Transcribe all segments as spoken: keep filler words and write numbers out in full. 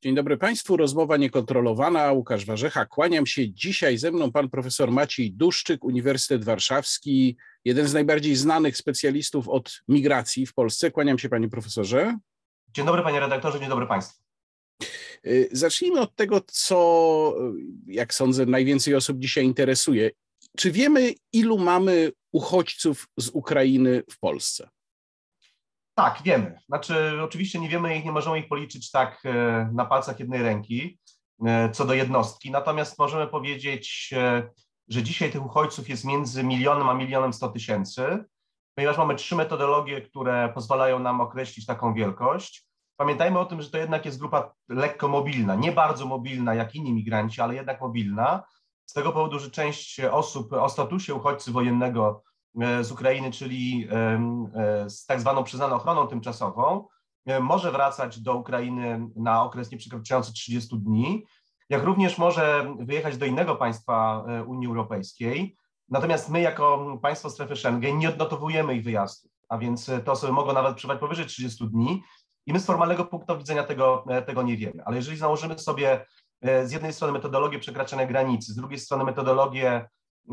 Dzień dobry Państwu. Rozmowa niekontrolowana. Łukasz Warzecha. Kłaniam się. Dzisiaj ze mną pan profesor Maciej Duszczyk, Uniwersytet Warszawski, jeden z najbardziej znanych specjalistów od migracji w Polsce. Kłaniam się, panie profesorze. Dzień dobry, panie redaktorze. Dzień dobry państwu. Zacznijmy od tego, co, jak sądzę, najwięcej osób dzisiaj interesuje. Czy wiemy, ilu mamy uchodźców z Ukrainy w Polsce? Tak, wiemy. Znaczy, oczywiście nie wiemy ich, nie możemy ich policzyć tak na palcach jednej ręki, co do jednostki. Natomiast możemy powiedzieć, że dzisiaj tych uchodźców jest między milionem a milionem sto tysięcy, ponieważ mamy trzy metodologie, które pozwalają nam określić taką wielkość. Pamiętajmy o tym, że to jednak jest grupa lekko mobilna, nie bardzo mobilna jak inni migranci, ale jednak mobilna. Z tego powodu, że część osób o statusie uchodźcy wojennego z Ukrainy, czyli z tak zwaną przyznaną ochroną tymczasową, może wracać do Ukrainy na okres nieprzekraczający trzydziestu dni, jak również może wyjechać do innego państwa Unii Europejskiej. Natomiast my jako państwo strefy Schengen nie odnotowujemy ich wyjazdów, a więc te osoby mogą nawet przebywać powyżej trzydziestu dni i my z formalnego punktu widzenia tego, tego nie wiemy. Ale jeżeli założymy sobie z jednej strony metodologię przekraczania granicy, z drugiej strony metodologię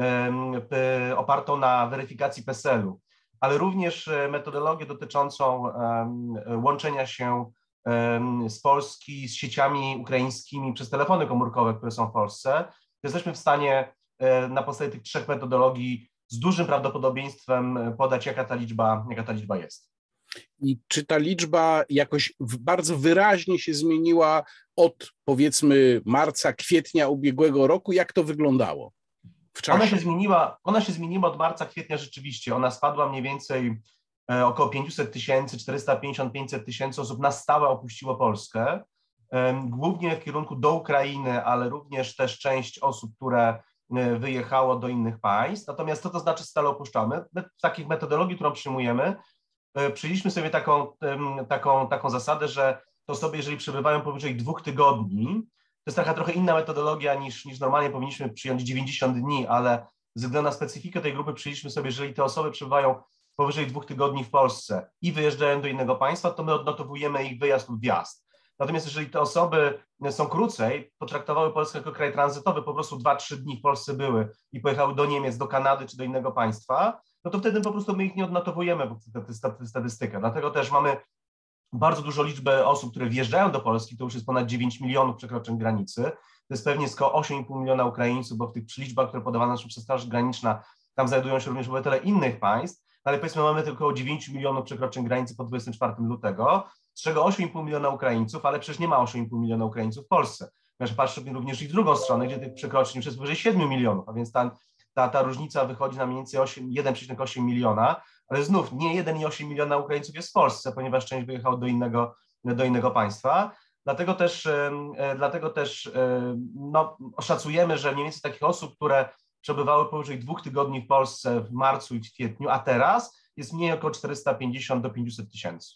opartą na weryfikacji PESEL-u, ale również metodologię dotyczącą łączenia się z Polski z sieciami ukraińskimi przez telefony komórkowe, które są w Polsce, to jesteśmy w stanie na podstawie tych trzech metodologii z dużym prawdopodobieństwem podać, jaka ta liczba, jaka ta liczba jest. I czy ta liczba jakoś bardzo wyraźnie się zmieniła od, powiedzmy, marca, kwietnia ubiegłego roku? Jak to wyglądało w czasie? Ona się zmieniła, ona się zmieniła od marca, kwietnia rzeczywiście. Ona spadła mniej więcej około pięćset tysięcy, czterysta pięćdziesiąt do pięciuset tysięcy osób na stałe opuściło Polskę, głównie w kierunku do Ukrainy, ale również też część osób, które wyjechało do innych państw. Natomiast co to znaczy stale opuszczamy? My w takich metodologii, którą przyjmujemy, przyjęliśmy sobie taką, taką, taką zasadę, że te osoby, jeżeli przebywają powyżej dwóch tygodni, to jest taka trochę inna metodologia niż, niż normalnie powinniśmy przyjąć dziewięćdziesiąt dni, ale ze względu na specyfikę tej grupy przyjęliśmy sobie, jeżeli te osoby przebywają powyżej dwóch tygodni w Polsce i wyjeżdżają do innego państwa, to my odnotowujemy ich wyjazd lub wjazd. Natomiast jeżeli te osoby są krócej, potraktowały Polskę jako kraj tranzytowy, po prostu dwa trzy dni w Polsce były i pojechały do Niemiec, do Kanady czy do innego państwa, no to wtedy po prostu my ich nie odnotowujemy, bo to jest statystyka. Dlatego też mamy bardzo dużą liczbę osób, które wjeżdżają do Polski, to już jest ponad dziewięć milionów przekroczeń granicy. To jest pewnie około osiem i pół miliona Ukraińców, bo w tych liczbach, które podawane są przez Straż Graniczna, tam znajdują się również obywatele innych państw, ale powiedzmy mamy tylko około dziewięć milionów przekroczeń granicy po dwudziestego czwartego lutego, z czego osiem i pół miliona Ukraińców, ale przecież nie ma osiem i pół miliona Ukraińców w Polsce. Ponieważ patrzymy również i w drugą stronę, gdzie tych przekroczeń już jest powyżej siedmiu milionów, a więc ta, ta, ta różnica wychodzi na mniej więcej jeden przecinek osiem miliona, ale znów nie jeden i osiem miliona Ukraińców jest w Polsce, ponieważ część wyjechało do innego, do innego państwa. Dlatego też, dlatego też no, oszacujemy, że mniej więcej takich osób, które przebywały powyżej dwóch tygodni w Polsce w marcu i w kwietniu, a teraz jest mniej około czterysta pięćdziesiąt do pięciuset tysięcy.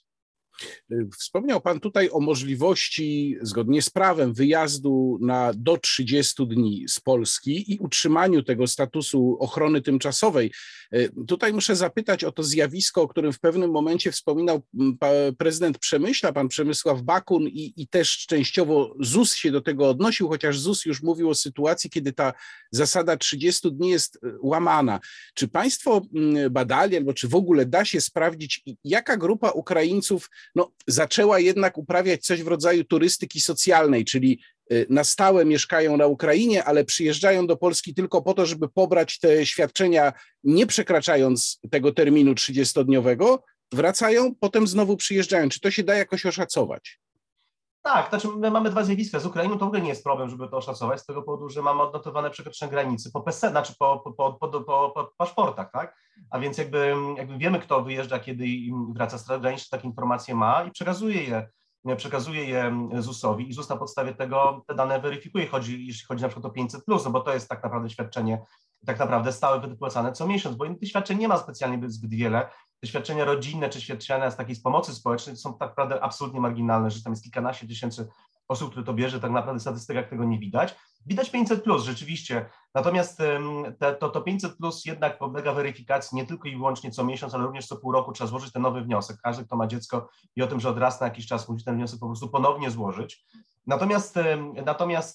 Wspomniał pan tutaj o możliwości, zgodnie z prawem, wyjazdu na do trzydziestu dni z Polski i utrzymaniu tego statusu ochrony tymczasowej. Tutaj muszę zapytać o to zjawisko, o którym w pewnym momencie wspominał prezydent Przemyśla, pan Przemysław Bakun i, i też częściowo ZUS się do tego odnosił, chociaż ZUS już mówił o sytuacji, kiedy ta zasada trzydziestu dni jest łamana. Czy państwo badali, albo czy w ogóle da się sprawdzić, jaka grupa Ukraińców no, zaczęła jednak uprawiać coś w rodzaju turystyki socjalnej, czyli na stałe mieszkają na Ukrainie, ale przyjeżdżają do Polski tylko po to, żeby pobrać te świadczenia, nie przekraczając tego terminu trzydziestodniowego, wracają, potem znowu przyjeżdżają. Czy to się da jakoś oszacować? Tak, znaczy my mamy dwa zjawiska. Z Ukrainą to w ogóle nie jest problem, żeby to oszacować, z tego powodu, że mamy odnotowane przekroczenia granicy po P E S E, znaczy po, po, po, po, po, po paszportach, tak? A więc jakby, jakby wiemy, kto wyjeżdża, kiedy wraca. Straż Graniczna takie informacje ma i przekazuje je, przekazuje je zusowi i ZUS na podstawie tego te dane weryfikuje, chodzi, jeśli chodzi na przykład o pięćset plus, no bo to jest tak naprawdę świadczenie tak naprawdę stałe wypłacane co miesiąc, bo tych świadczeń nie ma specjalnie zbyt wiele. Te świadczenia rodzinne czy świadczenia z takiej z pomocy społecznej są tak naprawdę absolutnie marginalne, że tam jest kilkanaście tysięcy osób, które to bierze, tak naprawdę w statystykach tego nie widać. Widać pięćset plus rzeczywiście, natomiast te, to, to pięćset plus jednak podlega weryfikacji nie tylko i wyłącznie co miesiąc, ale również co pół roku trzeba złożyć ten nowy wniosek. Każdy, kto ma dziecko i o tym, że odrasta na jakiś czas, musi ten wniosek po prostu ponownie złożyć. Natomiast, natomiast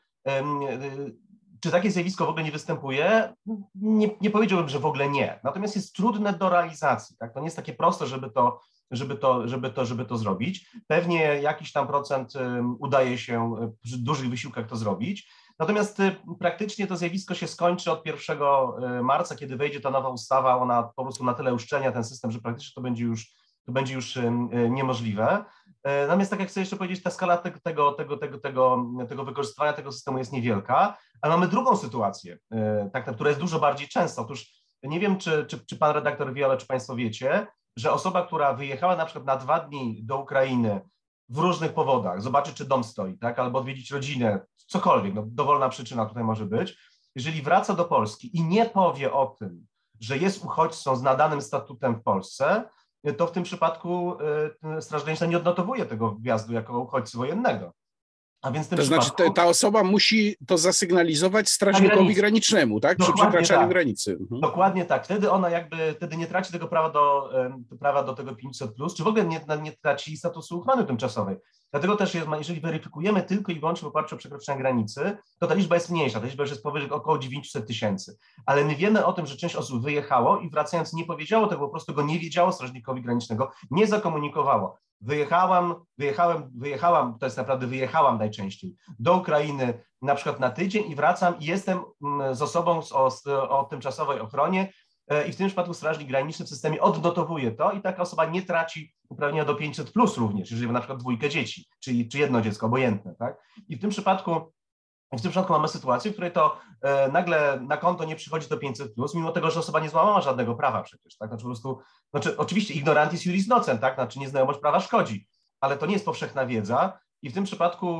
czy takie zjawisko w ogóle nie występuje? Nie, nie powiedziałbym, że w ogóle nie. Natomiast jest trudne do realizacji. Tak? To nie jest takie proste, żeby to, żeby to, żeby to, żeby to zrobić. Pewnie jakiś tam procent udaje się przy dużych wysiłkach to zrobić. Natomiast praktycznie to zjawisko się skończy od pierwszego marca, kiedy wejdzie ta nowa ustawa. Ona po prostu na tyle uszczelnia ten system, że praktycznie to będzie już, to będzie już niemożliwe. Natomiast tak jak chcę jeszcze powiedzieć, ta skala tego, tego, tego, tego, tego, tego wykorzystywania tego systemu jest niewielka, ale mamy drugą sytuację, tak, która jest dużo bardziej częsta. Otóż nie wiem, czy, czy, czy pan redaktor wie, ale czy państwo wiecie, że osoba, która wyjechała na przykład na dwa dni do Ukrainy w różnych powodach, zobaczyć, czy dom stoi, tak, albo odwiedzić rodzinę, cokolwiek, no, dowolna przyczyna tutaj może być, jeżeli wraca do Polski i nie powie o tym, że jest uchodźcą z nadanym statutem w Polsce, to w tym przypadku Straż Graniczna nie odnotowuje tego wjazdu jako uchodźcy wojennego. A więc w tym to przypadku... znaczy ta osoba musi to zasygnalizować strażnikowi granicznemu, tak? Przy przekraczaniu tak. granicy. Mhm. Dokładnie tak. Wtedy ona jakby wtedy nie traci tego prawa do, prawa do tego pięćset plus, czy w ogóle nie, nie traci statusu ochrony tymczasowej. Dlatego też, jeżeli weryfikujemy tylko i wyłącznie w oparciu o przekroczenie granicy, to ta liczba jest mniejsza, ta liczba już jest powyżej około dziewięćset tysięcy. Ale my wiemy o tym, że część osób wyjechało i wracając nie powiedziało tego, po prostu go nie wiedziało strażnikowi granicznego, nie zakomunikowało. Wyjechałam, wyjechałem, wyjechałam, to jest naprawdę wyjechałam najczęściej, do Ukrainy na przykład na tydzień i wracam i jestem z osobą o, o tymczasowej ochronie i w tym przypadku strażnik graniczny w systemie odnotowuje to i taka osoba nie traci uprawnienia do pięćset plus również, jeżeli ma na przykład dwójkę dzieci, czyli, czy jedno dziecko, obojętne, tak? I w tym przypadku W tym przypadku mamy sytuację, w której to e, nagle na konto nie przychodzi to pięćset plus, mimo tego, że osoba nie złamała żadnego prawa przecież, tak? Znaczy po prostu, znaczy oczywiście ignorantis juris nocent, tak? Znaczy nieznajomość prawa szkodzi, ale to nie jest powszechna wiedza i w tym przypadku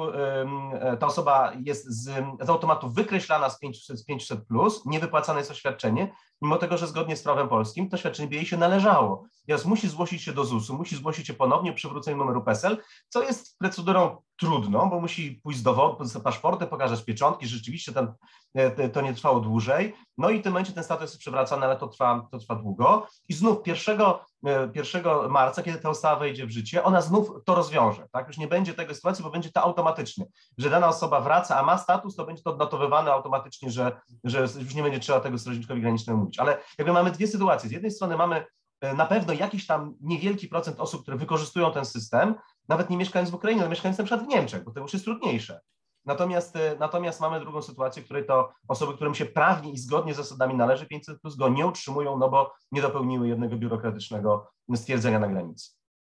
e, ta osoba jest z, z automatu wykreślana z pięćset, z pięćset plus, niewypłacane jest oświadczenie, mimo tego, że zgodnie z prawem polskim to świadczenie by jej się należało. Teraz musi zgłosić się do zusu, musi zgłosić się ponownie o przywrócenie numeru PESEL, co jest procedurą trudną, bo musi pójść z dowodem, z paszportem, pokazać pieczątki, rzeczywiście ten, to nie trwało dłużej. No i w tym momencie ten status jest przywracany, ale to trwa, to trwa długo. I znów pierwszego marca, kiedy ta ustawa wejdzie w życie, ona znów to rozwiąże. Tak? Już nie będzie tego sytuacji, bo będzie to automatycznie. Że dana osoba wraca, a ma status, to będzie to odnotowywane automatycznie, że, że już nie będzie trzeba tego strażnikowi granicznemu mówić. Ale jakby mamy dwie sytuacje. Z jednej strony mamy na pewno jakiś tam niewielki procent osób, które wykorzystują ten system, nawet nie mieszkając w Ukrainie, ale mieszkając na przykład w Niemczech, bo to już jest trudniejsze. Natomiast, natomiast mamy drugą sytuację, w której to osoby, którym się prawnie i zgodnie z zasadami należy pięćset plus, go nie utrzymują, no bo nie dopełniły jednego biurokratycznego stwierdzenia na granicy.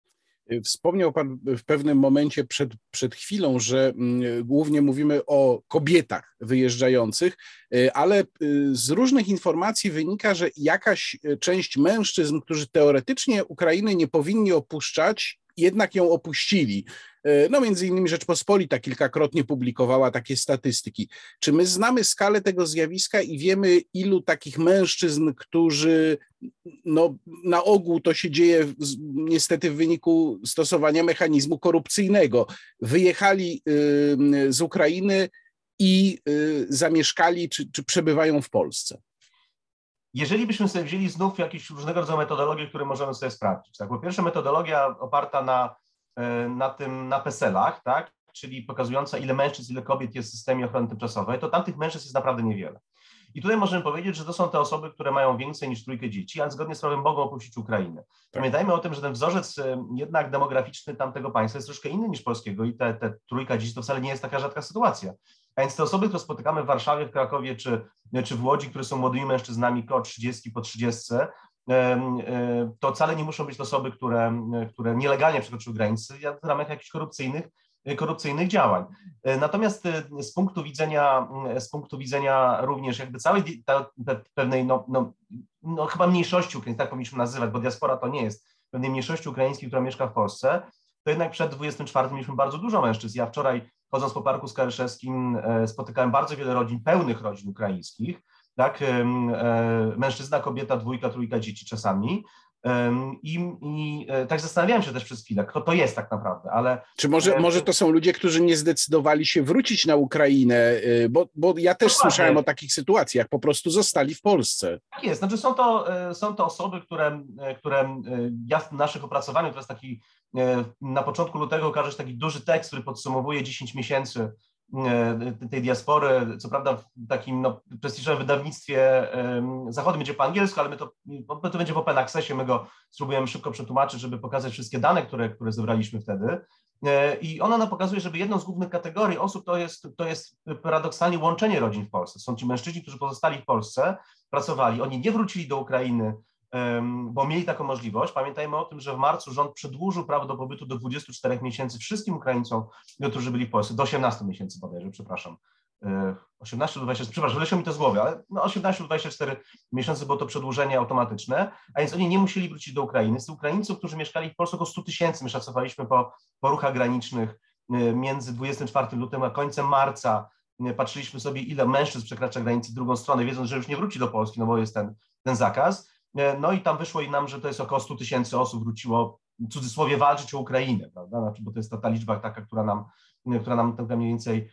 Wspomniał Pan w pewnym momencie przed, przed chwilą, że głównie mówimy o kobietach wyjeżdżających, ale z różnych informacji wynika, że jakaś część mężczyzn, którzy teoretycznie Ukrainy nie powinni opuszczać, jednak ją opuścili. No między innymi Rzeczpospolita kilkakrotnie publikowała takie statystyki. Czy my znamy skalę tego zjawiska i wiemy, ilu takich mężczyzn, którzy no, na ogół to się dzieje niestety w wyniku stosowania mechanizmu korupcyjnego, wyjechali z Ukrainy i zamieszkali czy, czy przebywają w Polsce? Jeżeli byśmy sobie wzięli znów jakieś różnego rodzaju metodologie, które możemy sobie sprawdzić. Tak? Po pierwsze metodologia oparta na, na tym, na peselach, tak? Czyli pokazująca ile mężczyzn, ile kobiet jest w systemie ochrony tymczasowej, to tamtych mężczyzn jest naprawdę niewiele. I tutaj możemy powiedzieć, że to są te osoby, które mają więcej niż trójkę dzieci, ale zgodnie z prawem mogą opuścić Ukrainę. Pamiętajmy o tym, że ten wzorzec jednak demograficzny tamtego państwa jest troszkę inny niż polskiego i te, te trójka dzieci to wcale nie jest taka rzadka sytuacja. A więc te osoby, które spotykamy w Warszawie, w Krakowie czy, czy w Łodzi, które są młodymi mężczyznami koło trzydziestu, po trzydziestce, to wcale nie muszą być to osoby, które, które nielegalnie przekroczyły granice w ramach jakichś korupcyjnych korupcyjnych działań. Natomiast z punktu widzenia, z punktu widzenia również jakby całej ta, te, pewnej, no, no, no chyba mniejszości ukraińskiej, tak powinniśmy nazywać, bo diaspora to nie jest, pewnej mniejszości ukraińskiej, która mieszka w Polsce, to jednak przed dwudziestym czwartym mieliśmy bardzo dużo mężczyzn. Ja wczoraj, chodząc po Parku Skaryszewskim, spotykałem bardzo wiele rodzin, pełnych rodzin ukraińskich, tak, mężczyzna, kobieta, dwójka, trójka dzieci czasami. I, i tak zastanawiałem się też przez chwilę, kto to jest tak naprawdę, ale... Czy może, może to są ludzie, którzy nie zdecydowali się wrócić na Ukrainę, bo, bo ja też Dokładnie. Słyszałem o takich sytuacjach, po prostu zostali w Polsce. Tak jest, znaczy są to, są to osoby, które, które ja w naszych opracowaniach, to jest taki, na początku lutego ukaże się taki duży tekst, który podsumowuje dziesięć miesięcy tej diaspory, co prawda w takim no, prestiżowym wydawnictwie zachodnim, będzie po angielsku, ale my to, to będzie w open accessie, my go spróbujemy szybko przetłumaczyć, żeby pokazać wszystkie dane, które, które zebraliśmy wtedy. I ona nam pokazuje, żeby jedną z głównych kategorii osób to jest, to jest paradoksalnie łączenie rodzin w Polsce. Są ci mężczyźni, którzy pozostali w Polsce, pracowali, oni nie wrócili do Ukrainy, bo mieli taką możliwość. Pamiętajmy o tym, że w marcu rząd przedłużył prawo do pobytu do dwudziestu czterech miesięcy wszystkim Ukraińcom, którzy byli w Polsce, do osiemnastu miesięcy bodajże, przepraszam. osiemnaście do dwudziestu, przepraszam, wyleciał mi to z głowy, ale no osiemnaście do dwudziestu czterech miesięcy było to przedłużenie automatyczne, a więc oni nie musieli wrócić do Ukrainy. Z Ukraińców, którzy mieszkali w Polsce, około stu tysięcy, my szacowaliśmy po, po ruchach granicznych między dwudziestym czwartym lutego a końcem marca, patrzyliśmy sobie, ile mężczyzn przekracza granicę w drugą stronę, wiedząc, że już nie wróci do Polski, no bo jest ten, ten zakaz. No i tam wyszło i nam, że to jest około stu tysięcy osób wróciło, w cudzysłowie, walczyć o Ukrainę, prawda? Znaczy, bo to jest ta, ta liczba taka, która nam, która nam tak mniej więcej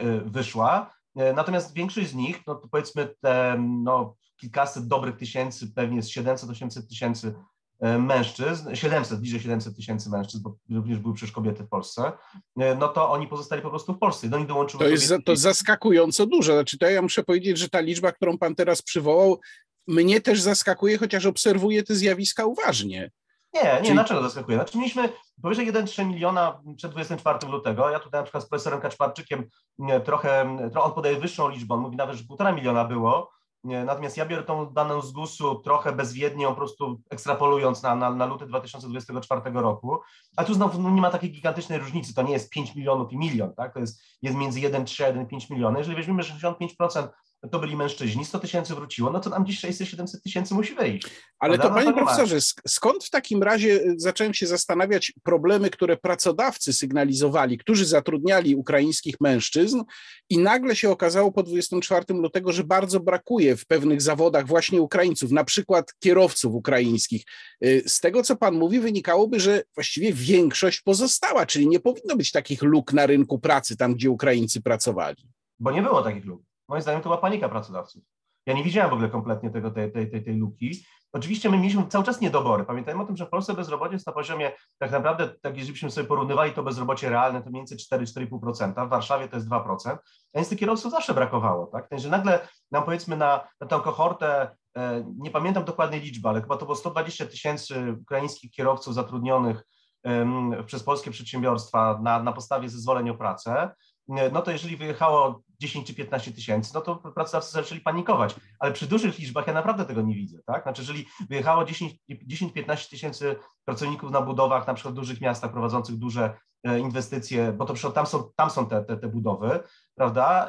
wyszła. Natomiast większość z nich, no to powiedzmy te no, kilkaset dobrych tysięcy, pewnie jest siedemset osiemset tysięcy mężczyzn, siedemset, bliżej siedemset tysięcy mężczyzn, bo również były przecież kobiety w Polsce, no to oni pozostali po prostu w Polsce. Do nich dołączyły To jest kobiety. To zaskakująco dużo. Znaczy, to ja muszę powiedzieć, że ta liczba, którą pan teraz przywołał, mnie też zaskakuje, chociaż obserwuję te zjawiska uważnie. Nie, nie, Czyli... dlaczego zaskakuje? Znaczy mieliśmy powyżej jeden przecinek trzy miliona przed dwudziestym czwartym lutego, ja tutaj na przykład z profesorem Kaczmarczykiem trochę, on podaje wyższą liczbę, on mówi nawet, że półtora miliona było, natomiast ja biorę tą daną z gusu trochę bezwiednie, po prostu ekstrapolując na, na, na luty dwa tysiące dwudziestego czwartego roku, a tu znowu no, nie ma takiej gigantycznej różnicy, to nie jest pięć milionów i milion, tak? To jest, jest między jeden przecinek trzy a jeden przecinek pięć miliona, jeżeli weźmiemy sześćdziesiąt pięć procent to byli mężczyźni, sto tysięcy wróciło, no to nam dziś sześćset siedemset tysięcy musi wyjść. Ale prawda? to, panie no to profesorze, skąd w takim razie zacząłem się zastanawiać problemy, które pracodawcy sygnalizowali, którzy zatrudniali ukraińskich mężczyzn i nagle się okazało po dwudziestego czwartego lutego, że bardzo brakuje w pewnych zawodach właśnie Ukraińców, na przykład kierowców ukraińskich. Z tego, co pan mówi, wynikałoby, że właściwie większość pozostała, czyli nie powinno być takich luk na rynku pracy, tam gdzie Ukraińcy pracowali. Bo nie było takich luk. Moim zdaniem to była panika pracodawców. Ja nie widziałem w ogóle kompletnie tego, tej, tej, tej, tej luki. Oczywiście my mieliśmy cały czas niedobory. Pamiętajmy o tym, że w Polsce bezrobocie jest na poziomie, tak naprawdę, tak jeżeli byśmy sobie porównywali to bezrobocie realne, to mniej więcej cztery do czterech i pół procent, w Warszawie to jest dwa procent, a więc tych kierowców zawsze brakowało. Tak? Że nagle nam powiedzmy na, na tę kohortę, e, nie pamiętam dokładnej liczby, ale chyba to było sto dwadzieścia tysięcy ukraińskich kierowców zatrudnionych e, przez polskie przedsiębiorstwa na, na podstawie zezwoleń o pracę, no to jeżeli wyjechało dziesięć czy piętnaście tysięcy, no to pracodawcy zaczęli panikować, ale przy dużych liczbach ja naprawdę tego nie widzę, tak? Znaczy, jeżeli wyjechało dziesięć do piętnastu tysięcy pracowników na budowach, na przykład w dużych miastach prowadzących duże inwestycje, bo to tam są, tam są te, te, te budowy, prawda?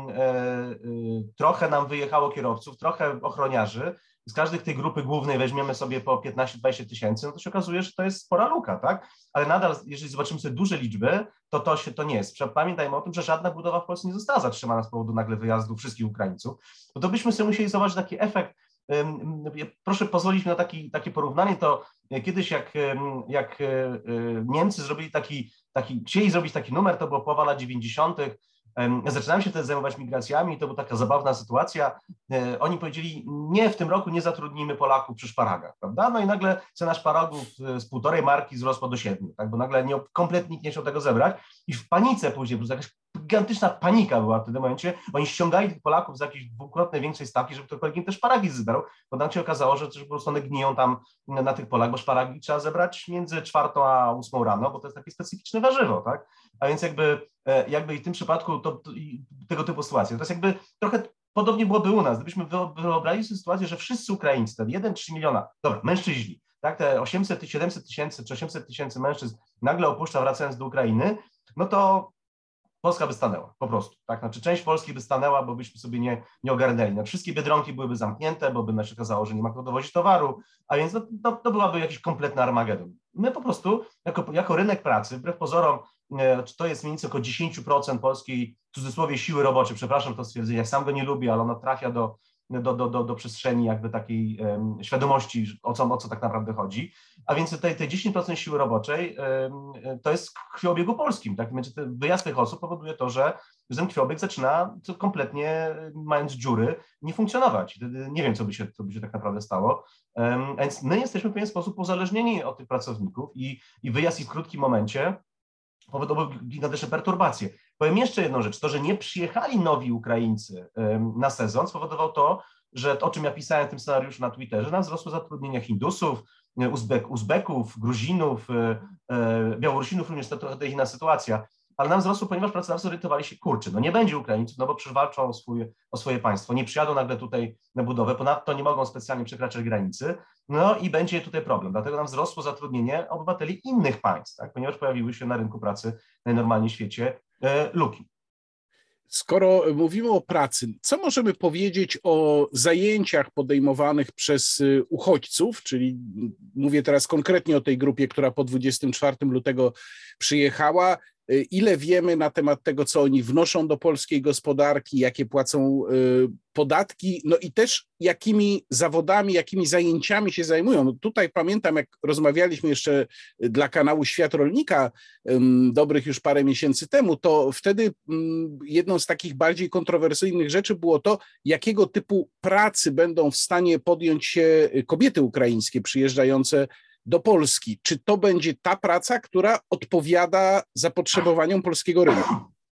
Trochę nam wyjechało kierowców, trochę ochroniarzy. Z każdej tej grupy głównej weźmiemy sobie po piętnaście do dwudziestu tysięcy, no to się okazuje, że to jest spora luka, tak? Ale nadal, jeżeli zobaczymy sobie duże liczby, to to, się, to nie jest. Pamiętajmy o tym, że żadna budowa w Polsce nie została zatrzymana z powodu nagle wyjazdu wszystkich Ukraińców, bo to byśmy sobie musieli zobaczyć taki efekt. Proszę pozwolić mi na taki, takie porównanie, to kiedyś jak, jak Niemcy zrobili taki, taki, chcieli zrobić taki numer, to było połowa lat dziewięćdziesiątych. Zaczynałem się też zajmować migracjami i to była taka zabawna sytuacja. Oni powiedzieli, nie, w tym roku nie zatrudnimy Polaków przy szparagach, prawda? No i nagle cena szparagów z półtorej marki wzrosła do siedmiu, tak? Bo nagle nie, kompletnie nikt nie chciał tego zebrać i w panice później, po prostu jakaś gigantyczna panika była w tym momencie, oni ściągali tych Polaków z jakiejś dwukrotnie większej stawki, żeby ktokolwiek im te szparagi zebrał, bo tam się okazało, że też po prostu one gniją tam na, na tych polach, bo szparagi trzeba zebrać między czwartą a ósmą rano, bo to jest takie specyficzne warzywo, tak? A więc jakby, jakby i w tym przypadku to, to, tego typu sytuacje. To jest jakby trochę podobnie byłoby u nas, gdybyśmy wyobrazili sobie sytuację, że wszyscy Ukraińcy, ten jeden przecinek trzy miliona, dobra, mężczyźni, tak, te osiemset, siedemset tysięcy czy osiemset tysięcy mężczyzn nagle opuszcza, wracając do Ukrainy, no to Polska by stanęła, po prostu, tak, znaczy część Polski by stanęła, bo byśmy sobie nie, nie ogarnęli, no, wszystkie Biedronki byłyby zamknięte, bo by się okazało, że nie ma kto dowozić towaru, a więc no, to, to byłaby jakiś kompletny Armagedon. My po prostu, jako, jako rynek pracy, wbrew pozorom, czy to jest mniej więcej około dziesięć procent polskiej, w cudzysłowie, siły roboczej, przepraszam to stwierdzenie, jak sam go nie lubię, ale ono trafia do, do, do, do, do przestrzeni jakby takiej um, świadomości, o co, o co tak naprawdę chodzi. A więc tutaj te dziesięć procent siły roboczej um, to jest w krwiobiegu polskim. Tak? Znaczy, wyjazd tych osób powoduje to, że ten krwiobieg zaczyna kompletnie, mając dziury, nie funkcjonować. Wtedy nie wiem, co by się, co by się tak naprawdę stało. Um, więc my jesteśmy w pewien sposób uzależnieni od tych pracowników i, i wyjazd ich w krótkim momencie powodował gigantyczne perturbacje. Powiem jeszcze jedną rzecz. To, że nie przyjechali nowi Ukraińcy na sezon, spowodowało to, że o czym ja pisałem w tym scenariuszu na Twitterze, nam wzrosło zatrudnienie Hindusów, Uzbek, Uzbeków, Gruzinów, Białorusinów, również to trochę inna sytuacja, ale nam wzrosło, ponieważ pracodawcy zorientowali się, kurczę, no nie będzie Ukraińców, no bo przywalczą o, swój, o swoje państwo, nie przyjadą nagle tutaj na budowę, ponadto nie mogą specjalnie przekraczać granicy, no i będzie tutaj problem. Dlatego nam wzrosło zatrudnienie obywateli innych państw, tak, ponieważ pojawiły się na rynku pracy najnormalniej w świecie e, luki. Skoro mówimy o pracy, co możemy powiedzieć o zajęciach podejmowanych przez uchodźców, czyli mówię teraz konkretnie o tej grupie, która po dwudziestego czwartego lutego przyjechała. Ile wiemy na temat tego, co oni wnoszą do polskiej gospodarki, jakie płacą podatki, no i też jakimi zawodami, jakimi zajęciami się zajmują. No tutaj pamiętam, jak rozmawialiśmy jeszcze dla kanału Świat Rolnika dobrych już parę miesięcy temu, to wtedy jedną z takich bardziej kontrowersyjnych rzeczy było to, jakiego typu pracy będą w stanie podjąć się kobiety ukraińskie przyjeżdżające do Polski. Czy to będzie ta praca, która odpowiada zapotrzebowaniom polskiego rynku?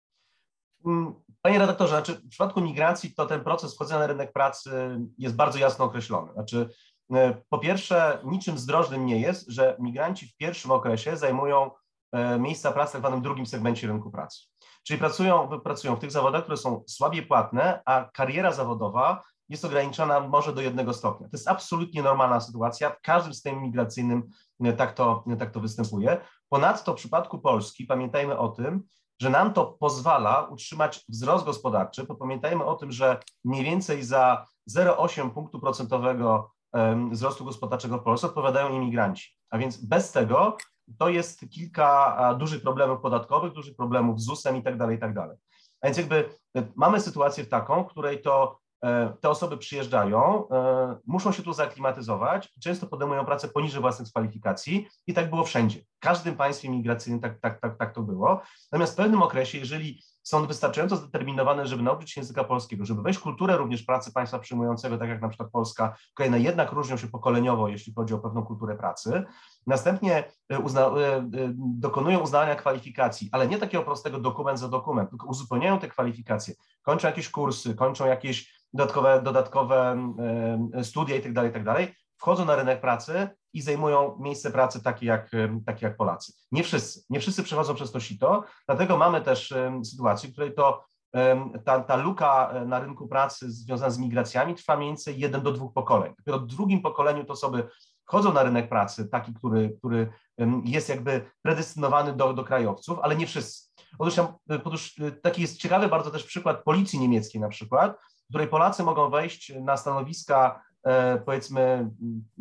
Panie redaktorze, znaczy w przypadku migracji to ten proces wchodzenia na rynek pracy jest bardzo jasno określony. Znaczy, po pierwsze, niczym zdrożnym nie jest, że migranci w pierwszym okresie zajmują miejsca pracy w tak zwanym drugim segmencie rynku pracy. Czyli pracują, pracują w tych zawodach, które są słabiej płatne, a kariera zawodowa jest ograniczona może do jednego stopnia. To jest absolutnie normalna sytuacja. W każdym systemie migracyjnym tak to, tak to występuje. Ponadto w przypadku Polski pamiętajmy o tym, że nam to pozwala utrzymać wzrost gospodarczy, bo pamiętajmy o tym, że mniej więcej za zero przecinek osiem punktu procentowego wzrostu gospodarczego w Polsce odpowiadają imigranci. A więc bez tego to jest kilka dużych problemów podatkowych, dużych problemów z zusem i tak dalej, i tak dalej. A więc jakby mamy sytuację taką, w której to te osoby przyjeżdżają, muszą się tu zaaklimatyzować, często podejmują pracę poniżej własnych kwalifikacji i tak było wszędzie. W każdym państwie migracyjnym tak, tak, tak, tak to było. Natomiast w pewnym okresie, jeżeli są wystarczająco zdeterminowane, żeby nauczyć się języka polskiego, żeby wejść w kulturę również pracy państwa przyjmującego, tak jak na przykład Polska, Ukraina jednak różnią się pokoleniowo, jeśli chodzi o pewną kulturę pracy. Następnie uzna, dokonują uznania kwalifikacji, ale nie takiego prostego dokument za dokument, tylko uzupełniają te kwalifikacje, kończą jakieś kursy, kończą jakieś dodatkowe, dodatkowe studia i tak dalej, i tak dalej, wchodzą na rynek pracy i zajmują miejsce pracy takie jak, takie jak Polacy. Nie wszyscy, nie wszyscy przechodzą przez to sito, dlatego mamy też sytuację, w której to ta, ta luka na rynku pracy związana z migracjami trwa mniej więcej jeden do dwóch pokoleń. Dopiero w drugim pokoleniu te osoby wchodzą na rynek pracy, taki, który, który jest jakby predestynowany do, do krajowców, ale nie wszyscy. Otóż, otóż taki jest ciekawy bardzo też przykład policji niemieckiej na przykład, w której Polacy mogą wejść na stanowiska, e, powiedzmy,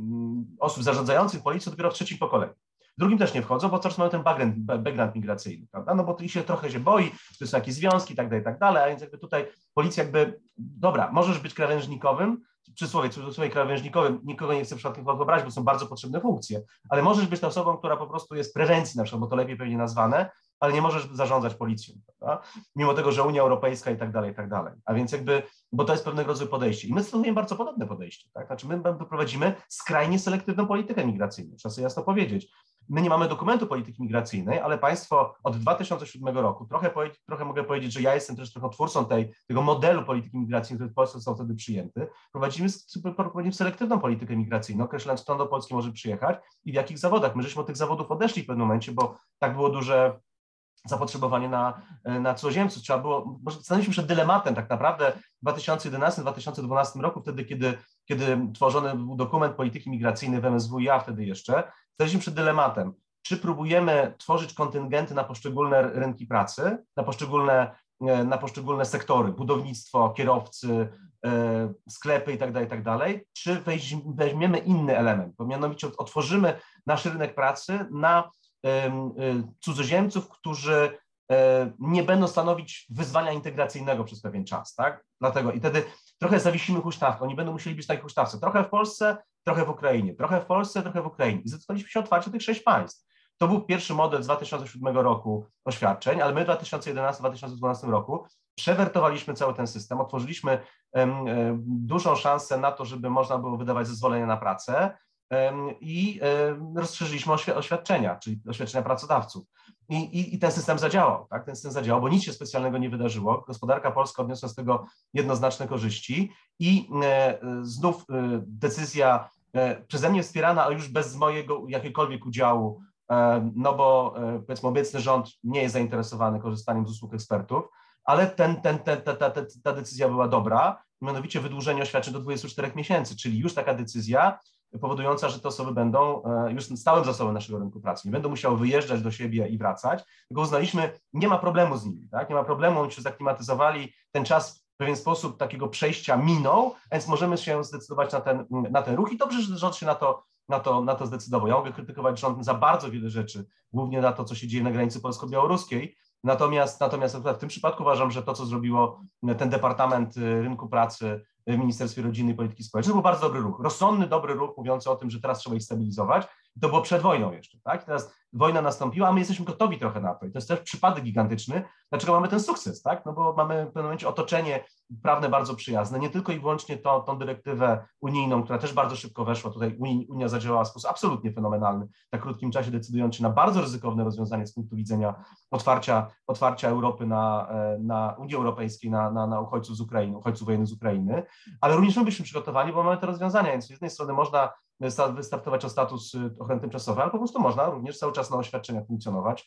osób zarządzających policją dopiero w trzecim pokoleniu. W drugim też nie wchodzą, bo coraz mają ten background, background migracyjny, prawda? No bo to się trochę się boi, to są jakieś związki i tak dalej, i tak dalej, a więc jakby tutaj policja jakby, dobra, możesz być krawężnikowym, przysłowie, przysłowie krawężnikowym, nikogo nie chcę przypadkiem obrazić, bo są bardzo potrzebne funkcje, ale możesz być tą osobą, która po prostu jest prewencji na przykład, bo to lepiej pewnie nazwane, ale nie możesz zarządzać policją, prawda? Mimo tego, że Unia Europejska i tak dalej, i tak dalej. A więc jakby, bo to jest pewnego rodzaju podejście. I my stosujemy bardzo podobne podejście, tak? Znaczy my prowadzimy skrajnie selektywną politykę migracyjną, trzeba sobie jasno powiedzieć. My nie mamy dokumentu polityki migracyjnej, ale państwo od dwa tysiące siódmego roku, trochę, trochę mogę powiedzieć, że ja jestem też trochę twórcą tej, tego modelu polityki migracyjnej, który w Polsce został wtedy przyjęty. Prowadzimy, prowadzimy selektywną politykę migracyjną, określając, kto do Polski może przyjechać i w jakich zawodach. My żeśmy od tych zawodów odeszli w pewnym momencie, bo tak było duże zapotrzebowanie na, na cudzoziemców. Trzeba było, może stanęliśmy przed dylematem tak naprawdę w dwa tysiące jedenastym do dwa tysiące dwunastego roku, wtedy, kiedy, kiedy tworzony był dokument polityki migracyjnej w M S W i A wtedy jeszcze, stanęliśmy przed dylematem, czy próbujemy tworzyć kontyngenty na poszczególne rynki pracy, na poszczególne, na poszczególne sektory, budownictwo, kierowcy, sklepy i tak dalej, i tak dalej, czy weźmiemy inny element, bo mianowicie otworzymy nasz rynek pracy na cudzoziemców, którzy nie będą stanowić wyzwania integracyjnego przez pewien czas, tak? Dlatego i wtedy trochę zawisimy huśtawką, oni będą musieli być na tej huśtawce, trochę w Polsce, trochę w Ukrainie, trochę w Polsce, trochę w Ukrainie. I zdecydowaliśmy się otwarcie tych sześć państw. To był pierwszy model z dwa tysiące siódmego roku oświadczeń, ale my w dwa tysiące jedenastym dwa tysiące dwunastym roku przewertowaliśmy cały ten system, otworzyliśmy um, um, dużą szansę na to, żeby można było wydawać zezwolenia na pracę um, i um, rozszerzyliśmy oświ oświadczenia, czyli oświadczenia pracodawców. I, i, i ten system zadziałał, tak? Ten system zadziałał, bo nic się specjalnego nie wydarzyło. Gospodarka polska odniosła z tego jednoznaczne korzyści i e, znów e, decyzja e, przeze mnie wspierana, ale już bez mojego jakiegokolwiek udziału, no bo powiedzmy obecny rząd nie jest zainteresowany korzystaniem z usług ekspertów, ale ten, ten, ten, ta, ta, ta decyzja była dobra, mianowicie wydłużenie oświadczeń do dwudziestu czterech miesięcy, czyli już taka decyzja powodująca, że te osoby będą już stałym zasobem naszego rynku pracy, nie będą musiały wyjeżdżać do siebie i wracać, tylko uznaliśmy, nie ma problemu z nimi, tak? Nie ma problemu, oni się zaklimatyzowali, ten czas w pewien sposób takiego przejścia minął, więc możemy się zdecydować na ten, na ten ruch i dobrze, że rząd się na to Na to, na to zdecydował. Ja mogę krytykować rząd za bardzo wiele rzeczy, głównie na to, co się dzieje na granicy polsko-białoruskiej, natomiast, natomiast akurat w tym przypadku uważam, że to, co zrobiło ten Departament Rynku Pracy w Ministerstwie Rodziny i Polityki Społecznej, to był bardzo dobry ruch, rozsądny, dobry ruch, mówiący o tym, że teraz trzeba ich stabilizować. I to było przed wojną jeszcze, tak? Teraz wojna nastąpiła, a my jesteśmy gotowi trochę na to. I to jest też przypadek gigantyczny, dlaczego mamy ten sukces, tak? No bo mamy w pewnym momencie otoczenie prawne bardzo przyjazne, nie tylko i wyłącznie to, tą dyrektywę unijną, która też bardzo szybko weszła, tutaj Unia zadziałała w sposób absolutnie fenomenalny, w tak krótkim czasie decydując się na bardzo ryzykowne rozwiązanie z punktu widzenia otwarcia, otwarcia Europy na, na Unii Europejskiej, na, na, na uchodźców z Ukrainy, uchodźców wojennych z Ukrainy, ale również my byliśmy przygotowani, bo mamy te rozwiązania, więc z jednej strony można wystartować o status ochrony tymczasowej, ale po prostu można również cały czas na oświadczeniach funkcjonować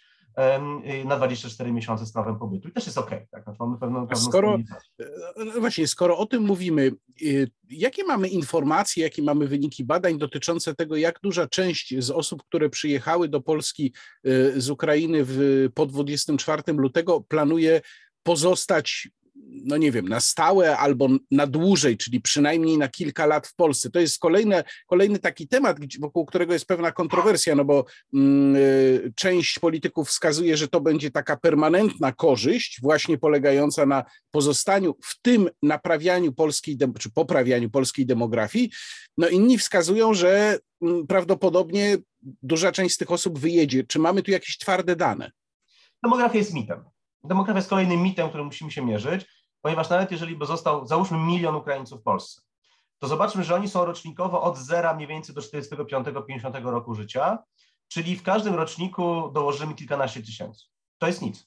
na dwadzieścia cztery miesiące z prawem pobytu i też jest okej. Tak? Znaczy mamy pewną, pewną skoro, no właśnie, skoro o tym mówimy, jakie mamy informacje, jakie mamy wyniki badań dotyczące tego, jak duża część z osób, które przyjechały do Polski z Ukrainy w, po dwudziestego czwartego lutego planuje pozostać, no nie wiem, na stałe albo na dłużej, czyli przynajmniej na kilka lat w Polsce. To jest kolejne, kolejny taki temat, wokół którego jest pewna kontrowersja, no bo y, część polityków wskazuje, że to będzie taka permanentna korzyść, właśnie polegająca na pozostaniu, w tym naprawianiu polskiej, czy poprawianiu polskiej demografii. No inni wskazują, że y, prawdopodobnie duża część z tych osób wyjedzie. Czy mamy tu jakieś twarde dane? Demografia jest mitem. Demografia jest kolejnym mitem, którym musimy się mierzyć, ponieważ nawet jeżeli by został, załóżmy, milion Ukraińców w Polsce, to zobaczmy, że oni są rocznikowo od zera mniej więcej do czterdziestego piątego pięćdziesiątego roku życia, czyli w każdym roczniku dołożymy kilkanaście tysięcy. To jest nic.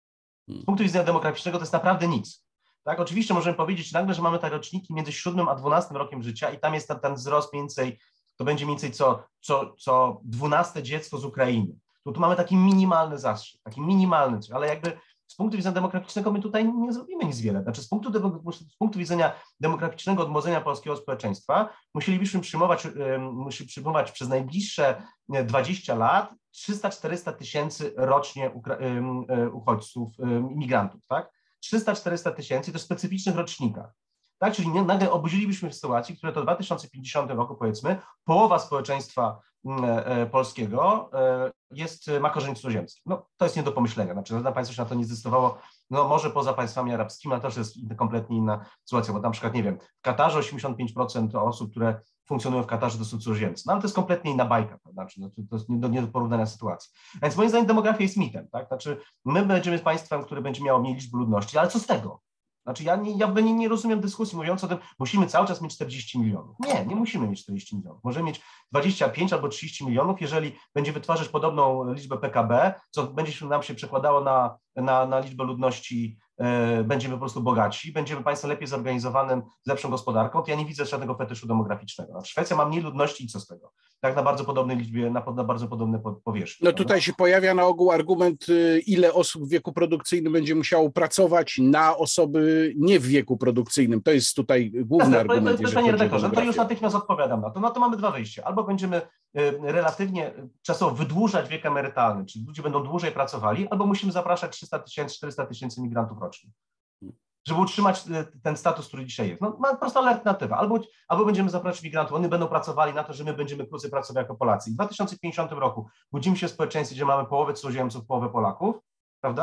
Z punktu widzenia demograficznego to jest naprawdę nic. Tak? Oczywiście możemy powiedzieć nagle, że mamy te roczniki między siódmym a dwunastym rokiem życia i tam jest ten, ten wzrost mniej więcej, to będzie mniej więcej co, co, co dwunaste dziecko z Ukrainy. Tu, tu mamy taki minimalny zastrzyk, taki minimalny, ale jakby z punktu widzenia demograficznego my tutaj nie zrobimy nic wiele. Znaczy z punktu, z punktu widzenia demograficznego odmłodzenia polskiego społeczeństwa musielibyśmy przyjmować, musimy przyjmować przez najbliższe dwadzieścia lat trzysta czterysta tysięcy rocznie uchodźców, imigrantów, tak? trzysta czterysta tysięcy to w specyficznych rocznikach. Tak? Czyli nagle obudzilibyśmy w sytuacji, która to w dwa tysiące pięćdziesiątym roku, powiedzmy, połowa społeczeństwa polskiego jest, ma korzenie cudzoziemskie. No, to jest nie do pomyślenia. Znaczy, żadne państwo się na to nie zdecydowało. No, może poza państwami arabskimi, ale to też jest kompletnie inna sytuacja, bo tam na przykład, nie wiem, w Katarze osiemdziesiąt pięć procent osób, które funkcjonują w Katarze, to są cudzoziemcy. No, ale to jest kompletnie inna bajka, znaczy, no, to jest nie do, nie do porównania sytuacji. Więc moim zdaniem demografia jest mitem. Tak? Znaczy, my będziemy państwem, które będzie miało mniej liczby ludności, ale co z tego? Znaczy ja, nie, ja nie, nie rozumiem dyskusji mówiąc o tym, musimy cały czas mieć czterdzieści milionów. Nie, nie musimy mieć czterdzieści milionów. Możemy mieć dwadzieścia pięć albo trzydzieści milionów, jeżeli będzie wytwarzać podobną liczbę P K B, co będzie nam się przekładało na, na, na liczbę ludności, e, będziemy po prostu bogatsi, będziemy państwem lepiej zorganizowanym, z lepszą gospodarką, to ja nie widzę żadnego fetyszu demograficznego. Znaczy, Szwecja ma mniej ludności i co z tego? Tak na bardzo podobnej liczbie, na, na bardzo podobne powierzchni. No tutaj się pojawia na ogół argument, ile osób w wieku produkcyjnym będzie musiało pracować na osoby nie w wieku produkcyjnym. To jest tutaj główny Jasne, argument. To, to, panie redaktorze, to już natychmiast odpowiadam na to. No to mamy dwa wyjścia. Albo będziemy relatywnie czasowo wydłużać wiek emerytalny, czyli ludzie będą dłużej pracowali, albo musimy zapraszać trzysta tysięcy, czterysta tysięcy migrantów rocznie, żeby utrzymać ten status, który dzisiaj jest. No, ma prosta alternatywa. Albo, albo będziemy zapraszać migrantów, oni będą pracowali na to, że my będziemy krócej pracować jako Polacy. I w dwa tysiące pięćdziesiątym roku budzimy się w społeczeństwie, gdzie mamy połowę cudzoziemców, połowę Polaków, prawda?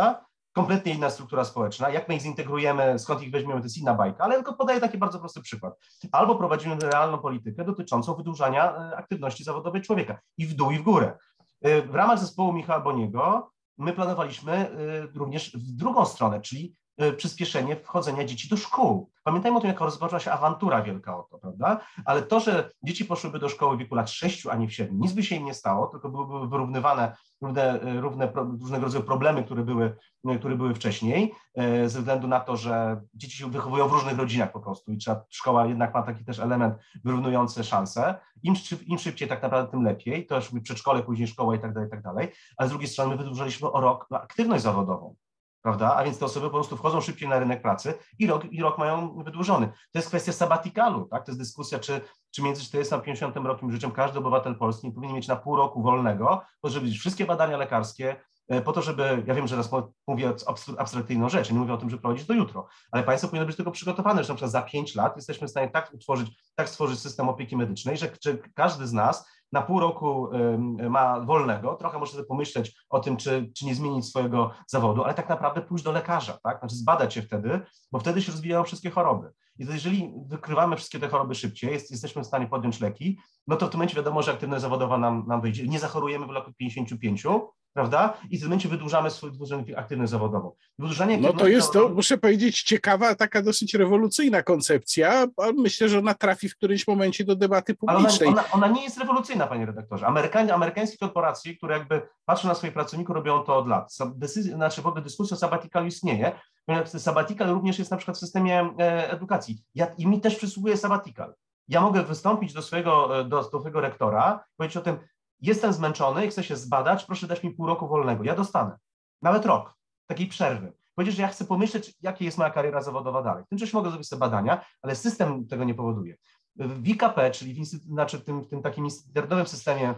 kompletnie inna struktura społeczna. Jak my ich zintegrujemy, skąd ich weźmiemy, to jest inna bajka, ale tylko podaję taki bardzo prosty przykład. Albo prowadzimy realną politykę dotyczącą wydłużania aktywności zawodowej człowieka i w dół, i w górę. W ramach zespołu Michała Boniego my planowaliśmy również w drugą stronę, czyli przyspieszenie wchodzenia dzieci do szkół. Pamiętajmy o tym, jak rozpoczęła się awantura wielka o to, prawda? Ale to, że dzieci poszłyby do szkoły w wieku lat sześciu, a nie w siedmiu, nic by się im nie stało, tylko byłyby wyrównywane równe, równe, różnego rodzaju problemy, które były, które były wcześniej, ze względu na to, że dzieci się wychowują w różnych rodzinach po prostu i trzeba, szkoła jednak ma taki też element wyrównujący szanse. Im, im szybciej tak naprawdę, tym lepiej. To już przedszkole, później szkoła i tak dalej, i tak dalej. Ale z drugiej strony my wydłużyliśmy o rok aktywność zawodową. Prawda? A więc te osoby po prostu wchodzą szybciej na rynek pracy i rok, i rok mają wydłużony. To jest kwestia sabatikalu, tak? To jest dyskusja, czy, czy między czterdziestym a pięćdziesiątym rokiem życiem każdy obywatel Polski nie powinien mieć na pół roku wolnego, po to, żeby mieć wszystkie badania lekarskie, po to, żeby, ja wiem, że teraz mówię abstrakcyjną rzecz, nie mówię o tym, że prowadzić to jutro, ale państwo powinno być tego przygotowane, że na przykład za pięć lat jesteśmy w stanie tak utworzyć, tak stworzyć system opieki medycznej, że, że każdy z nas na pół roku ma wolnego, trochę może sobie pomyśleć o tym, czy, czy nie zmienić swojego zawodu, ale tak naprawdę pójść do lekarza, tak? Znaczy zbadać się wtedy, bo wtedy się rozwijają wszystkie choroby. I to jeżeli wykrywamy wszystkie te choroby szybciej, jest, jesteśmy w stanie podjąć leki, no to w tym momencie wiadomo, że aktywność zawodowa nam, nam wyjdzie. Nie zachorujemy w wieku pięćdziesięciu pięciu, prawda? I w tym momencie wydłużamy swoją aktywność zawodową. Wydłużanie no to jest, to, muszę powiedzieć, ciekawa, taka dosyć rewolucyjna koncepcja, ale myślę, że ona trafi w którymś momencie do debaty publicznej. Ale ona, ona, ona nie jest rewolucyjna, panie redaktorze. Amerykańskie, amerykańskie korporacje, które jakby patrzą na swoich pracowników, robią to od lat. Decyzja, znaczy w ogóle dyskusja o sabbaticalu istnieje, ponieważ sabbatical również jest na przykład w systemie edukacji. Ja, i mi też przysługuje sabbatical. Ja mogę wystąpić do swojego, do, do swojego rektora, powiedzieć o tym, jestem zmęczony, chcę się zbadać, proszę dać mi pół roku wolnego. Ja dostanę. Nawet rok takiej przerwy. Powiedzieć, że ja chcę pomyśleć, jaka jest moja kariera zawodowa dalej. W tym czasie mogę zrobić sobie badania, ale system tego nie powoduje. W I K P, czyli w, znaczy w, tym, w tym takim internetowym systemie,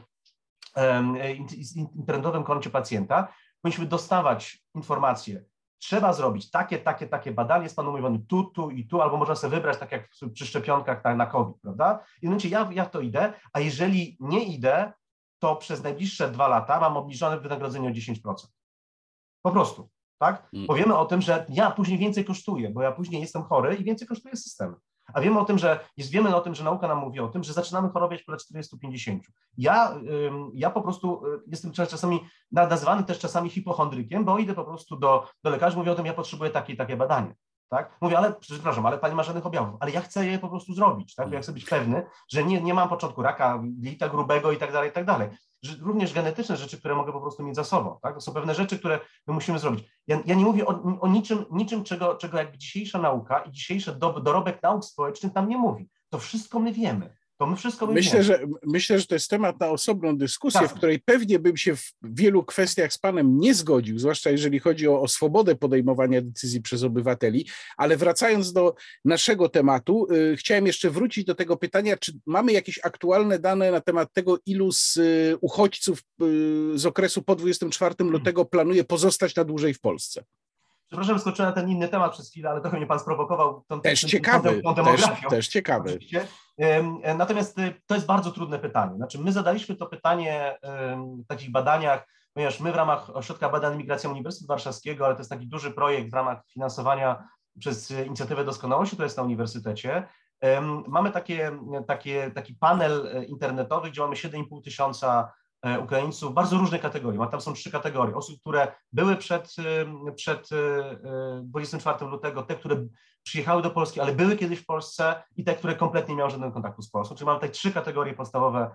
um, internetowym koncie pacjenta, powinniśmy dostawać informacje, trzeba zrobić takie, takie, takie badanie, jest panu mówiony tu, tu i tu, albo można sobie wybrać, tak jak przy szczepionkach na, na COVID, prawda? I w tym momencie ja, ja to idę, a jeżeli nie idę, to przez najbliższe dwa lata mam obniżone wynagrodzenie o dziesięć procent. Po prostu, tak? Powiemy o tym, że ja później więcej kosztuję, bo ja później jestem chory i więcej kosztuje system. A wiemy o tym, że jest, wiemy o tym, że nauka nam mówi o tym, że zaczynamy chorować po lat czterdziestu pięćdziesięciu. Ja, ja po prostu jestem czasami nazywany też czasami hipochondrykiem, bo idę po prostu do, do lekarzy, mówię o tym, ja potrzebuję takie i takie badanie. Tak? Mówię, ale przepraszam, ale pani ma żadnych objawów, ale ja chcę je po prostu zrobić, tak? Bo ja chcę być pewny, że nie, nie mam początku raka, jelita grubego i tak dalej, i tak dalej. Że również genetyczne rzeczy, które mogę po prostu mieć za sobą, tak? To są pewne rzeczy, które my musimy zrobić. Ja, ja nie mówię o, o niczym, niczym czego, czego jakby dzisiejsza nauka i dzisiejszy do, dorobek nauk społecznych nam nie mówi. To wszystko my wiemy. To my wszystko my myślę, wiemy. Że, myślę, że to jest temat na osobną dyskusję, tak. w której pewnie bym się w wielu kwestiach z panem nie zgodził, zwłaszcza jeżeli chodzi o, o swobodę podejmowania decyzji przez obywateli, ale wracając do naszego tematu, y, chciałem jeszcze wrócić do tego pytania, czy mamy jakieś aktualne dane na temat tego, ilu z y, uchodźców y, z okresu po dwudziestego czwartego lutego planuje pozostać na dłużej w Polsce? Przepraszam, skoczyłem na ten inny temat przez chwilę, ale trochę mnie pan sprowokował tą, też tą, ciekawy, tą, tą demografią. Też, też ciekawy. Oczywiście. Natomiast to jest bardzo trudne pytanie. Znaczy my zadaliśmy to pytanie w takich badaniach, ponieważ my w ramach Ośrodka Badań Migracji Uniwersytetu Warszawskiego, ale to jest taki duży projekt w ramach finansowania przez Inicjatywę Doskonałości, to jest na uniwersytecie, mamy takie, takie, taki panel internetowy, gdzie mamy siedem i pół tysiąca Ukraińców, bardzo różnych kategorii. Tam są trzy kategorie. Osób, które były przed, przed dwudziestego czwartego lutego, te, które przyjechały do Polski, ale były kiedyś w Polsce i te, które kompletnie nie miały żadnego kontaktu z Polską. Czyli mamy tutaj trzy kategorie podstawowe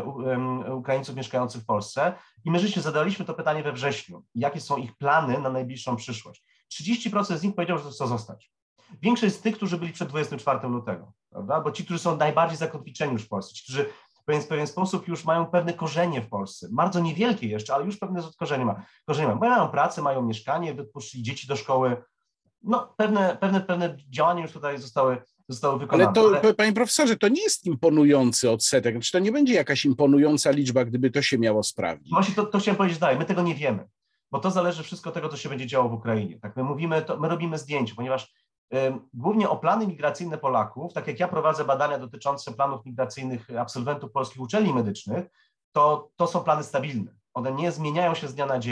Ukraińców mieszkających w Polsce. I my rzeczywiście zadaliśmy to pytanie we wrześniu. Jakie są ich plany na najbliższą przyszłość? trzydzieści procent z nich powiedziało, że chcą zostać. Większość z tych, którzy byli przed dwudziestego czwartego lutego, prawda? Bo ci, którzy są najbardziej zakotwiczeni już w Polsce, ci, którzy w pewien sposób już mają pewne korzenie w Polsce, bardzo niewielkie jeszcze, ale już pewne korzenie ma. Korzenie mają. mają pracę, mają mieszkanie, wypuścili dzieci do szkoły, no pewne, pewne, pewne działania już tutaj zostały, zostały wykonane. Ale to, ale... panie profesorze, to nie jest imponujący odsetek, znaczy to nie będzie jakaś imponująca liczba, gdyby to się miało sprawdzić. Właśnie to, to chciałem powiedzieć dalej, my tego nie wiemy, bo to zależy wszystko od tego, co się będzie działo w Ukrainie. Tak, my mówimy, to, my robimy zdjęcia, ponieważ głównie o plany migracyjne Polaków, tak jak ja prowadzę badania dotyczące planów migracyjnych absolwentów polskich uczelni medycznych, to, to są plany stabilne. One nie zmieniają się z dnia na dzień. W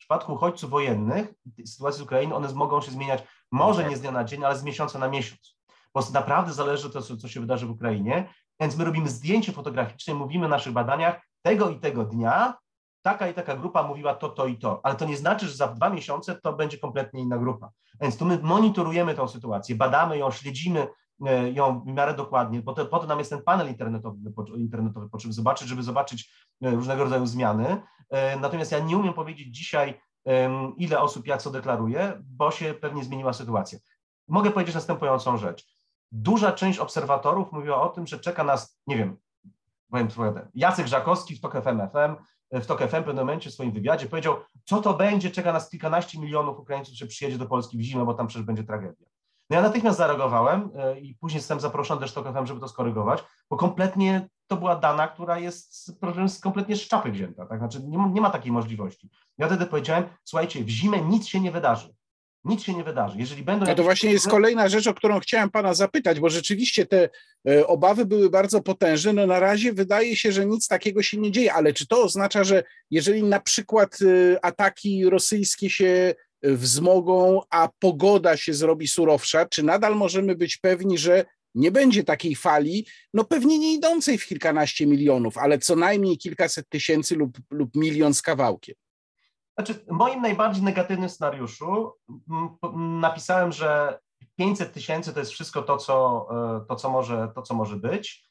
przypadku uchodźców wojennych, sytuacji z Ukrainy, one mogą się zmieniać może nie z dnia na dzień, ale z miesiąca na miesiąc. Bo naprawdę zależy to, co się wydarzy w Ukrainie. Więc my robimy zdjęcie fotograficzne, mówimy w naszych badaniach, tego i tego dnia taka i taka grupa mówiła to, to i to. Ale to nie znaczy, że za dwa miesiące to będzie kompletnie inna grupa. Więc tu my monitorujemy tę sytuację, badamy ją, śledzimy ją w miarę dokładnie, bo to, po to nam jest ten panel internetowy, internetowy po czym zobaczyć, żeby zobaczyć różnego rodzaju zmiany. Natomiast ja nie umiem powiedzieć dzisiaj, ile osób jak co deklaruje, bo się pewnie zmieniła sytuacja. Mogę powiedzieć następującą rzecz. Duża część obserwatorów mówiła o tym, że czeka nas, nie wiem, powiem swoje, Jacek Żakowski w TOK F M, F M, w TOK F M w pewnym momencie w swoim wywiadzie powiedział, co to będzie, czeka nas kilkanaście milionów Ukraińców, że przyjedzie do Polski w zimę, bo tam przecież będzie tragedia. No ja natychmiast zareagowałem i później zostałem zaproszony też TOK F M, żeby to skorygować, bo kompletnie to była dana, która jest, jest kompletnie z czapy wzięta, tak? Znaczy nie ma, nie ma takiej możliwości. Ja wtedy powiedziałem, słuchajcie, w zimę nic się nie wydarzy. Nic się nie wydarzy. Jeżeli będą... No to właśnie jest kolejna rzecz, o którą chciałem pana zapytać, bo rzeczywiście te e, obawy były bardzo potężne. No na razie wydaje się, że nic takiego się nie dzieje, ale czy to oznacza, że jeżeli na przykład e, ataki rosyjskie się wzmogą, a pogoda się zrobi surowsza, czy nadal możemy być pewni, że nie będzie takiej fali, no pewnie nie idącej w kilkanaście milionów, ale co najmniej kilkaset tysięcy lub, lub milion z kawałkiem? Znaczy, w moim najbardziej negatywnym scenariuszu napisałem, że pięćset tysięcy to jest wszystko to, co, to, co może, to, co może być.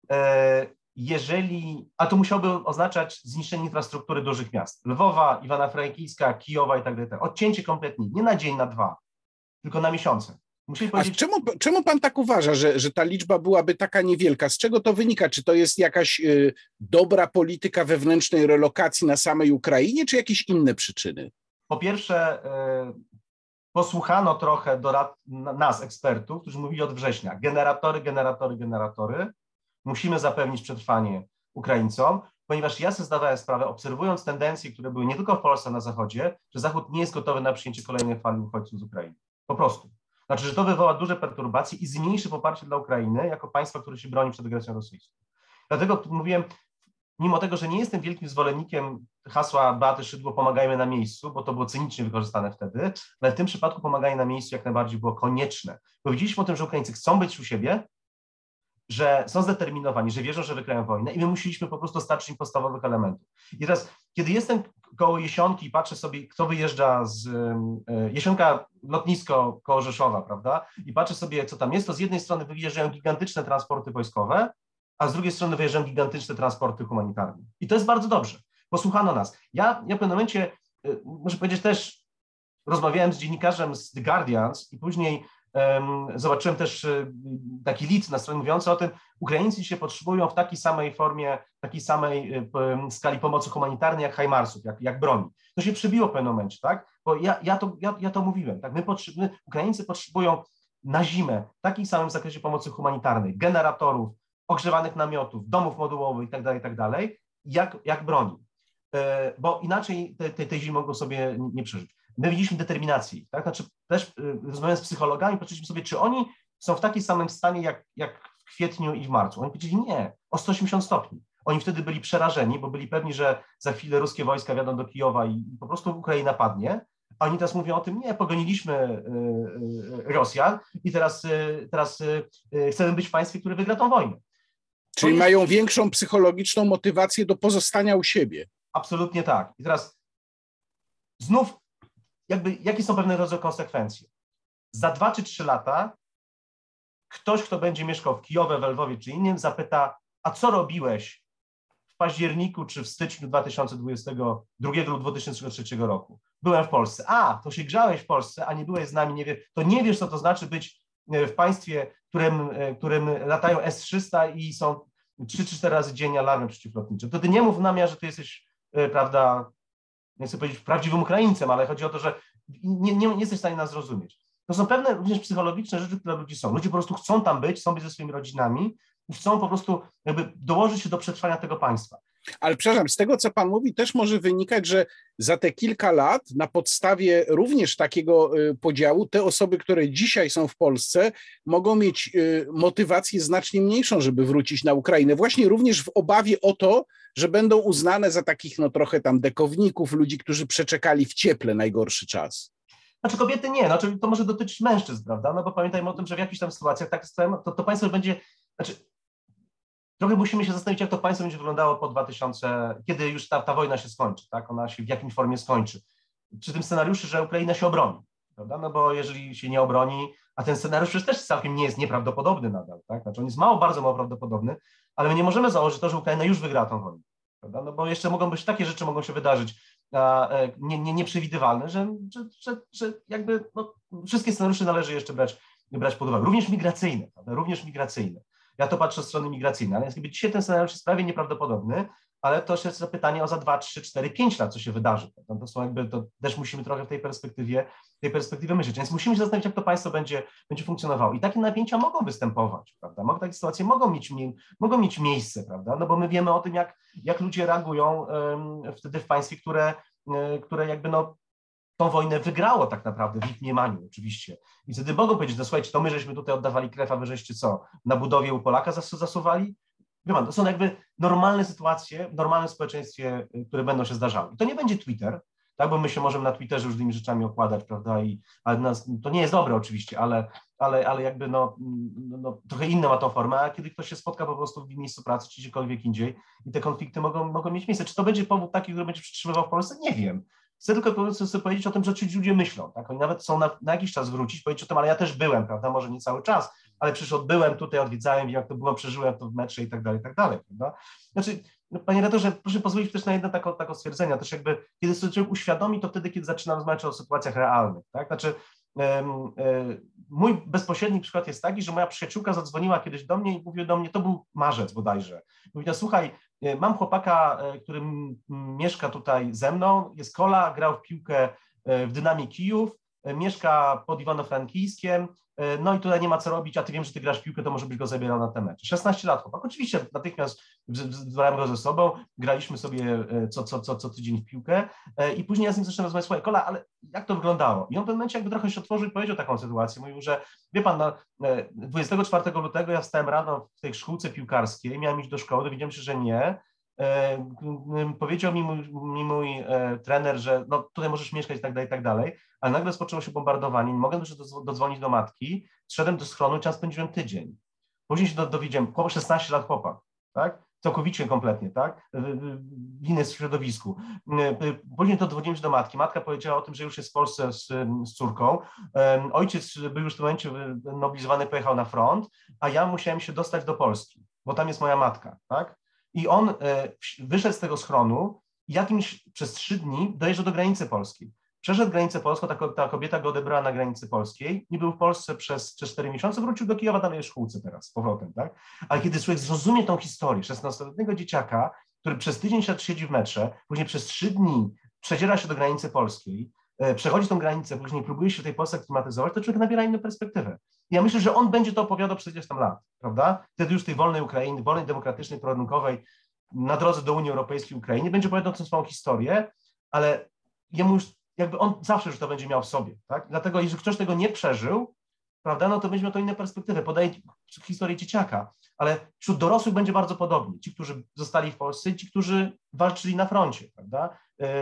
Jeżeli, a to musiałoby oznaczać zniszczenie infrastruktury dużych miast. Lwowa, Iwana-Frankivska, Kijowa i tak dalej. Odcięcie kompletnie, nie na dzień, na dwa, tylko na miesiące. Musieli powiedzieć... A czemu, czemu pan tak uważa, że, że ta liczba byłaby taka niewielka? Z czego to wynika? Czy to jest jakaś y, dobra polityka wewnętrznej relokacji na samej Ukrainie, czy jakieś inne przyczyny? Po pierwsze, y, posłuchano trochę do rad, na, nas, ekspertów, którzy mówili od września, generatory, generatory, generatory. Musimy zapewnić przetrwanie Ukraińcom, ponieważ ja sobie zdawałem sprawę, obserwując tendencje, które były nie tylko w Polsce, na Zachodzie, że Zachód nie jest gotowy na przyjęcie kolejnej fali uchodźców z Ukrainy. Po prostu. Znaczy, że to wywoła duże perturbacje i zmniejszy poparcie dla Ukrainy jako państwa, które się broni przed agresją rosyjską. Dlatego mówiłem, mimo tego, że nie jestem wielkim zwolennikiem hasła Beaty Szydło pomagajmy na miejscu, bo to było cynicznie wykorzystane wtedy, ale w tym przypadku pomaganie na miejscu jak najbardziej było konieczne. Powiedzieliśmy o tym, że Ukraińcy chcą być u siebie, że są zdeterminowani, że wierzą, że wygrają wojnę i my musieliśmy po prostu dostarczyć im podstawowych elementów. I teraz, kiedy jestem koło Jesionki i patrzę sobie, kto wyjeżdża z Jesionka, lotnisko koło Rzeszowa, prawda, i patrzę sobie, co tam jest, to z jednej strony wyjeżdżają gigantyczne transporty wojskowe, a z drugiej strony wyjeżdżają gigantyczne transporty humanitarne. I to jest bardzo dobrze. Posłuchano nas. Ja, ja w pewnym momencie, muszę powiedzieć też, rozmawiałem z dziennikarzem z The Guardians i później Um, zobaczyłem też taki lead na stronie mówiący o tym, Ukraińcy dzisiaj potrzebują w takiej samej formie, takiej samej um, skali pomocy humanitarnej jak HIMARS-ów, jak, jak broni. To się przebiło w pewnym momencie, tak? Bo ja, ja, to, ja, ja to mówiłem, tak? My potrzebujemy, Ukraińcy potrzebują na zimę w takim samym zakresie pomocy humanitarnej, generatorów, ogrzewanych namiotów, domów modułowych itd., itd., jak, jak broni. E, bo inaczej tej te, te zimy mogą sobie nie przeżyć. My widzieliśmy determinację, tak? Znaczy też rozmawiając z psychologami, patrzyliśmy sobie, czy oni są w takim samym stanie jak, jak w kwietniu i w marcu. Oni powiedzieli nie, o sto osiemdziesiąt stopni. Oni wtedy byli przerażeni, bo byli pewni, że za chwilę ruskie wojska wjadą do Kijowa i, i po prostu Ukraina padnie. A oni teraz mówią o tym, nie, pogoniliśmy y, y, Rosjan i teraz, y, teraz y, y, chcemy być w państwie, które wygra tą wojnę. Czyli jest... mają większą psychologiczną motywację do pozostania u siebie. Absolutnie tak. I teraz znów jakby, jakie są pewne rodzaju konsekwencje? Za dwa czy trzy lata ktoś, kto będzie mieszkał w Kijowie, w Lwowie czy innym, zapyta, a co robiłeś w październiku czy w styczniu dwa tysiące dwudziestego drugiego lub dwa tysiące trzeciego roku? Byłem w Polsce. A, to się grzałeś w Polsce, a nie byłeś z nami, nie wie, to nie wiesz, co to znaczy być w państwie, którym, którym latają S trzysta i są trzy czy cztery razy dziennie alarmy przeciwlotnicze. To ty nie mów nam, że ty jesteś, prawda, nie chcę powiedzieć prawdziwym Ukraińcem, ale chodzi o to, że nie, nie, nie jesteś w stanie nas zrozumieć. To są pewne również psychologiczne rzeczy, które ludzi są. Ludzie po prostu chcą tam być, chcą być ze swoimi rodzinami i chcą po prostu jakby dołożyć się do przetrwania tego państwa. Ale przepraszam, z tego, co pan mówi, też może wynikać, że za te kilka lat na podstawie również takiego podziału te osoby, które dzisiaj są w Polsce, mogą mieć motywację znacznie mniejszą, żeby wrócić na Ukrainę. Właśnie również w obawie o to, że będą uznane za takich no trochę tam dekowników, ludzi, którzy przeczekali w cieple najgorszy czas. Znaczy kobiety nie, znaczy to może dotyczyć mężczyzn, prawda? No bo pamiętajmy o tym, że w jakichś tam sytuacjach tak to, to państwo będzie, znaczy trochę musimy się zastanowić, jak to państwo będzie wyglądało po dwa tysiące, kiedy już ta, ta wojna się skończy, tak? Ona się w jakimś formie skończy. Przy tym scenariuszu, że Ukraina się obroni, prawda? No bo jeżeli się nie obroni, a ten scenariusz przecież też całkiem nie jest nieprawdopodobny nadal, tak? Znaczy on jest mało, bardzo mało prawdopodobny, ale my nie możemy założyć to, że Ukraina już wygra tą wojnę, prawda? No bo jeszcze mogą być takie rzeczy, mogą się wydarzyć a, nie, nie, nieprzewidywalne, że, że, że, że jakby no, wszystkie scenariusze należy jeszcze brać, brać pod uwagę, również migracyjne, prawda? Również migracyjne. Ja to patrzę od strony migracyjnej, ale jakby dzisiaj ten scenariusz jest prawie nieprawdopodobny, ale to jest to pytanie o za dwa, trzy, cztery, pięć lat, co się wydarzy. To są jakby, to też musimy trochę w tej perspektywie, w tej perspektywie myśleć, więc musimy się zastanowić, jak to państwo będzie, będzie funkcjonowało. I takie napięcia mogą występować, prawda? Takie sytuacje mogą mieć, mogą mieć miejsce, prawda? No bo my wiemy o tym, jak, jak ludzie reagują um, wtedy w państwie, które, um, które jakby no tą wojnę wygrało tak naprawdę w ich mniemaniu oczywiście. I wtedy mogą powiedzieć, no słuchajcie, to my żeśmy tutaj oddawali krew, a wy żeście co, na budowie u Polaka zas zasuwali? Wie pan, to są jakby normalne sytuacje w normalnym społeczeństwie, które będą się zdarzały. I to nie będzie Twitter, tak, bo my się możemy na Twitterze różnymi rzeczami okładać, prawda, i ale nas, to nie jest dobre oczywiście, ale, ale, ale jakby no, no, trochę inna ma to formę, a kiedy ktoś się spotka po prostu w miejscu pracy, czy gdziekolwiek indziej i te konflikty mogą, mogą mieć miejsce. Czy to będzie powód taki, który będzie przytrzymywał w Polsce? Nie wiem. Chcę tylko sobie powiedzieć o tym, że ci ludzie myślą, tak? Oni nawet chcą na, na jakiś czas wrócić, powiedzieć o tym, ale ja też byłem, prawda, może nie cały czas, ale przecież odbyłem tutaj, odwiedzałem, jak to było, przeżyłem to w metrze i tak dalej, i tak dalej, prawda? Znaczy, no, panie redaktorze, proszę pozwolić też na jedno takie, takie stwierdzenie, też jakby, kiedy sobie człowiek uświadomi, to wtedy, kiedy zaczyna rozmawiać o sytuacjach realnych, tak? Znaczy, um, um, mój bezpośredni przykład jest taki, że moja przyjaciółka zadzwoniła kiedyś do mnie i mówiła do mnie, to był marzec bodajże, mówiła, słuchaj, mam chłopaka, który mieszka tutaj ze mną, jest Kola, grał w piłkę w Dynamie Kijów, mieszka pod Iwano-Frankijskiem, no i tutaj nie ma co robić, a ty wiem, że ty grasz w piłkę, to może byś go zabierał na te mecze. szesnaście lat chłopak. Oczywiście natychmiast wybrałem go ze sobą, graliśmy sobie co, co, co, co tydzień w piłkę i później ja z nim zacząłem rozmawiać, słuchaj, Kola, ale jak to wyglądało? I on w pewnym momencie jakby trochę się otworzył i powiedział taką sytuację. Mówił, że wie pan, no, dwudziestego czwartego lutego ja wstałem rano w tej szkółce piłkarskiej, miałem iść do szkoły, dowiedziałem się, że nie. E, powiedział mi mój, mi mój e, trener, że no, tutaj możesz mieszkać i tak dalej, i tak dalej, ale nagle rozpoczęło się bombardowanie, nie mogłem już dodzwonić do matki, szedłem do schronu i tam spędziłem tydzień. Później się do, dowiedziałem, szesnaście lat chłopak, tak? Całkowicie, kompletnie, tak? W innym środowisku. Później to dowodziłem się do matki. Matka powiedziała o tym, że już jest w Polsce z, z córką. Ojciec był już w tym momencie mobilizowany, pojechał na front, a ja musiałem się dostać do Polski, bo tam jest moja matka, tak? I on wyszedł z tego schronu i jakimś przez trzy dni dojeżdżał do granicy polskiej. Przeszedł granicę polską, ta, ta kobieta go odebrała na granicy polskiej, nie był w Polsce przez, przez cztery miesiące, wrócił do Kijowa, dalej jest w szkółce teraz, z powrotem, tak? Ale kiedy człowiek zrozumie tą historię szesnastoletniego dzieciaka, który przez tydzień siedzi w metrze, później przez trzy dni przedziera się do granicy polskiej, przechodzi tą granicę, później próbuje się w tej Polsce aklimatyzować, to człowiek nabiera inną perspektywę. I ja myślę, że on będzie to opowiadał przez ileś tam lat, prawda? Wtedy już tej wolnej Ukrainy, wolnej, demokratycznej, prowarunkowej, na drodze do Unii Europejskiej Ukrainy, będzie opowiadał tę swoją historię, ale jemu już jakby on zawsze już to będzie miał w sobie, tak? Dlatego jeżeli ktoś tego nie przeżył, prawda, no to będzie miał to inną perspektywę. Podaję historię dzieciaka, ale wśród dorosłych będzie bardzo podobnie. Ci, którzy zostali w Polsce i ci, którzy walczyli na froncie, prawda,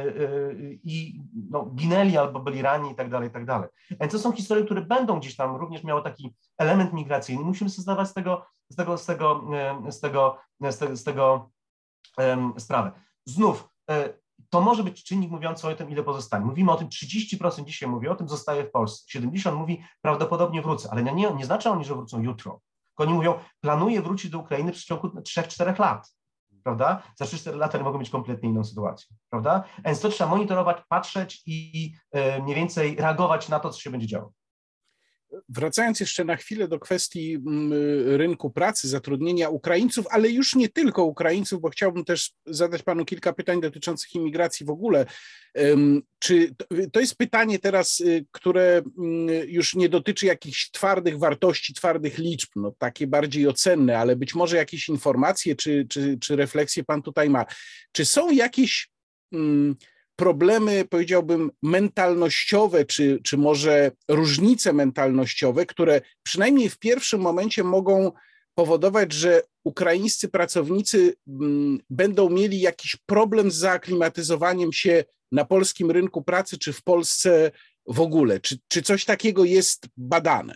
i no, ginęli albo byli ranni i tak dalej, i tak dalej. Więc to są historie, które będą gdzieś tam również miały taki element migracyjny. Musimy sobie zdawać z tego, z tego, z tego, z tego, z tego, z tego um, sprawę. Znów, to może być czynnik mówiący o tym, ile pozostanie. Mówimy o tym, trzydzieści procent dzisiaj mówi o tym, zostaje w Polsce. siedemdziesiąt procent mówi, prawdopodobnie wrócę, ale nie, nie znaczy oni, że wrócą jutro. Tylko oni mówią, planuję wrócić do Ukrainy w przeciągu trzech czterech lat, prawda? Za trzy cztery lata mogą mieć kompletnie inną sytuację, prawda? Więc to trzeba monitorować, patrzeć i yy, mniej więcej reagować na to, co się będzie działo. Wracając jeszcze na chwilę do kwestii rynku pracy, zatrudnienia Ukraińców, ale już nie tylko Ukraińców, bo chciałbym też zadać panu kilka pytań dotyczących imigracji w ogóle. Czy to jest pytanie teraz, które już nie dotyczy jakichś twardych wartości, twardych liczb, no takie bardziej ocenne, ale być może jakieś informacje czy, czy, czy refleksje pan tutaj ma. Czy są jakieś problemy, powiedziałbym, mentalnościowe, czy, czy może różnice mentalnościowe, które przynajmniej w pierwszym momencie mogą powodować, że ukraińscy pracownicy m, będą mieli jakiś problem z zaaklimatyzowaniem się na polskim rynku pracy, czy w Polsce w ogóle? Czy, czy coś takiego jest badane?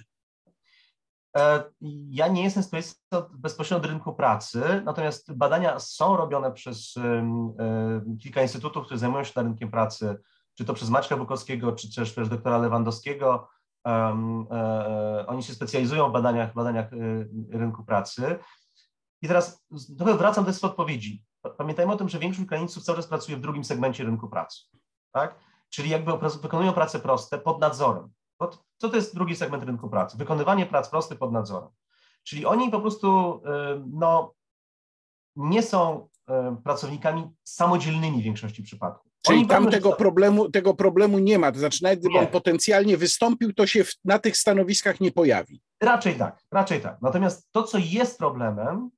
Ja nie jestem specjalistą bezpośrednio od rynku pracy, natomiast badania są robione przez kilka instytutów, które zajmują się rynkiem pracy, czy to przez Maćka Bukowskiego, czy też przez doktora Lewandowskiego. Oni się specjalizują w badaniach, badaniach rynku pracy. I teraz trochę wracam do swojej odpowiedzi. Pamiętajmy o tym, że większość Ukraińców cały czas pracuje w drugim segmencie rynku pracy, tak? Czyli jakby wykonują prace proste pod nadzorem. Co to jest drugi segment rynku pracy? Wykonywanie prac prostych pod nadzorem. Czyli oni po prostu no, nie są pracownikami samodzielnymi w większości przypadków. Czyli oni tam tego problemu, tego problemu nie ma. To znaczy, nawet gdyby nie. on potencjalnie wystąpił, to się w, na tych stanowiskach nie pojawi. Raczej tak, raczej tak. Natomiast to, co jest problemem,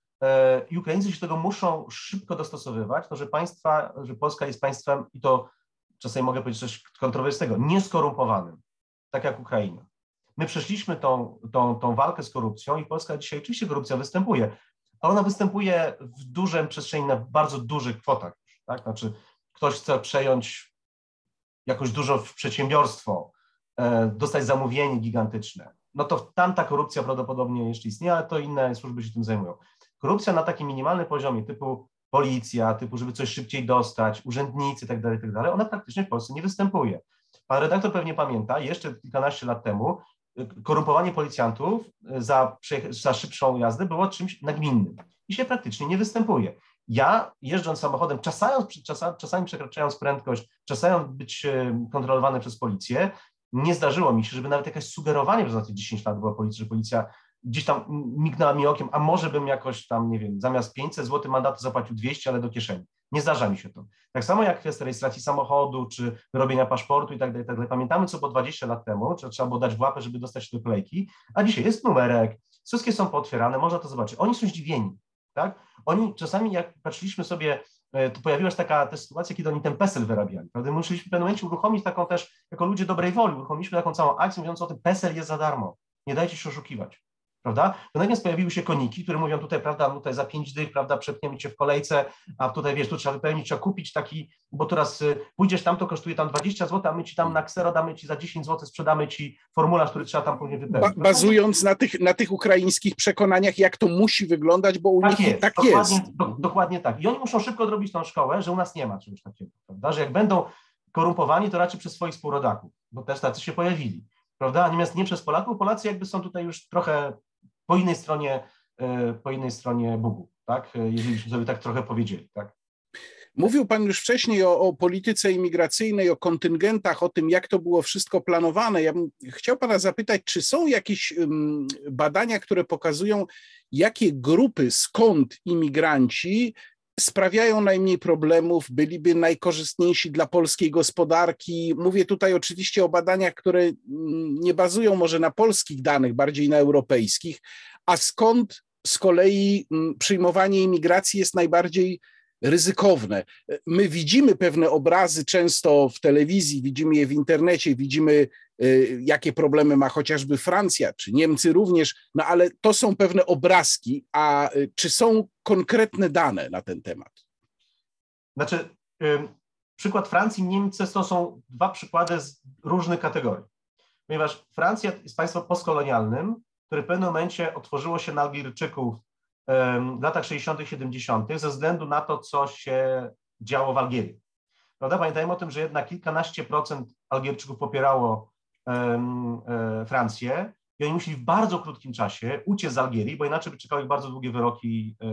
i Ukraińcy się do tego muszą szybko dostosowywać, to że państwa, że Polska jest państwem, i to czasami mogę powiedzieć coś kontrowersyjnego, nieskorumpowanym, tak jak Ukraina. My przeszliśmy tą, tą, tą walkę z korupcją i Polska dzisiaj oczywiście korupcja występuje, ale ona występuje w dużym przestrzeni na bardzo dużych kwotach. Tak? Znaczy ktoś chce przejąć jakoś duże przedsiębiorstwo, dostać zamówienie gigantyczne, no to tam ta korupcja prawdopodobnie jeszcze istnieje, ale to inne służby się tym zajmują. Korupcja na takim minimalnym poziomie typu policja, typu żeby coś szybciej dostać, urzędnicy itd., itd., ona praktycznie w Polsce nie występuje. Pan redaktor pewnie pamięta, jeszcze kilkanaście lat temu korumpowanie policjantów za, za szybszą jazdę było czymś nagminnym i się praktycznie nie występuje. Ja jeżdżąc samochodem, czasami, czasami przekraczając prędkość, czasami być kontrolowany przez policję, nie zdarzyło mi się, żeby nawet jakieś sugerowanie przez te dziesięć lat była policja, że policja gdzieś tam mignęła mi okiem, a może bym jakoś tam, nie wiem, zamiast pięćset złotych mandatu zapłacił dwieście, ale do kieszeni. Nie zdarza mi się to. Tak samo jak kwestia rejestracji samochodu, czy robienia paszportu i tak dalej, tak dalej. Pamiętamy, co było dwadzieścia lat temu, że trzeba było dać w łapę, żeby dostać się do kolejki, a dzisiaj jest numerek, wszystkie są pootwierane, można to zobaczyć. Oni są zdziwieni, tak? Oni czasami, jak patrzyliśmy sobie, to pojawiła się taka też sytuacja, kiedy oni ten PESEL wyrabiali, prawda? Musieliśmy w pewnym momencie uruchomić taką też, jako ludzie dobrej woli, uruchomiliśmy taką całą akcję mówiąc o tym, PESEL jest za darmo, nie dajcie się oszukiwać. Prawda? To nagle pojawiły się koniki, które mówią tutaj, prawda, tutaj za pięć dych, prawda, przepniemy cię w kolejce, a tutaj, wiesz, tu trzeba wypełnić, trzeba kupić taki, bo teraz y, pójdziesz tam, to kosztuje tam dwadzieścia złotych, a my ci tam na ksero damy ci za dziesięć złotych, sprzedamy ci formularz, który trzeba tam później wypełnić. Ba bazując na tych, na tych ukraińskich przekonaniach, jak to musi wyglądać, bo u tak nich jest, tak dokładnie, jest. Do, dokładnie tak. I oni muszą szybko odrobić tą szkołę, że u nas nie ma czegoś takiego, prawda, że jak będą korumpowani, to raczej przez swoich współrodaków, bo też tacy się pojawili, prawda, natomiast nie przez Polaków. Polacy jakby są tutaj już trochę po innej stronie, po innej stronie Bugu, tak? Jeżeli byśmy sobie tak trochę powiedzieli, tak? Mówił pan już wcześniej o, o polityce imigracyjnej, o kontyngentach, o tym, jak to było wszystko planowane. Ja bym chciał pana zapytać, czy są jakieś um, badania, które pokazują, jakie grupy, skąd imigranci sprawiają najmniej problemów, byliby najkorzystniejsi dla polskiej gospodarki. Mówię tutaj oczywiście o badaniach, które nie bazują może na polskich danych, bardziej na europejskich, a skąd z kolei przyjmowanie imigracji jest najbardziej ryzykowne. My widzimy pewne obrazy często w telewizji, widzimy je w internecie, widzimy, jakie problemy ma chociażby Francja, czy Niemcy również, no ale to są pewne obrazki, a czy są konkretne dane na ten temat? Znaczy, yy, przykład Francji i Niemcy to są dwa przykłady z różnych kategorii, ponieważ Francja jest państwem postkolonialnym, które w pewnym momencie otworzyło się na Algieryjczyków w latach sześćdziesiątych, siedemdziesiątych ze względu na to, co się działo w Algierii. Prawda? Pamiętajmy o tym, że jednak kilkanaście procent Algieryjczyków popierało um, e, Francję i oni musieli w bardzo krótkim czasie uciec z Algierii, bo inaczej by czekały ich bardzo długie wyroki e,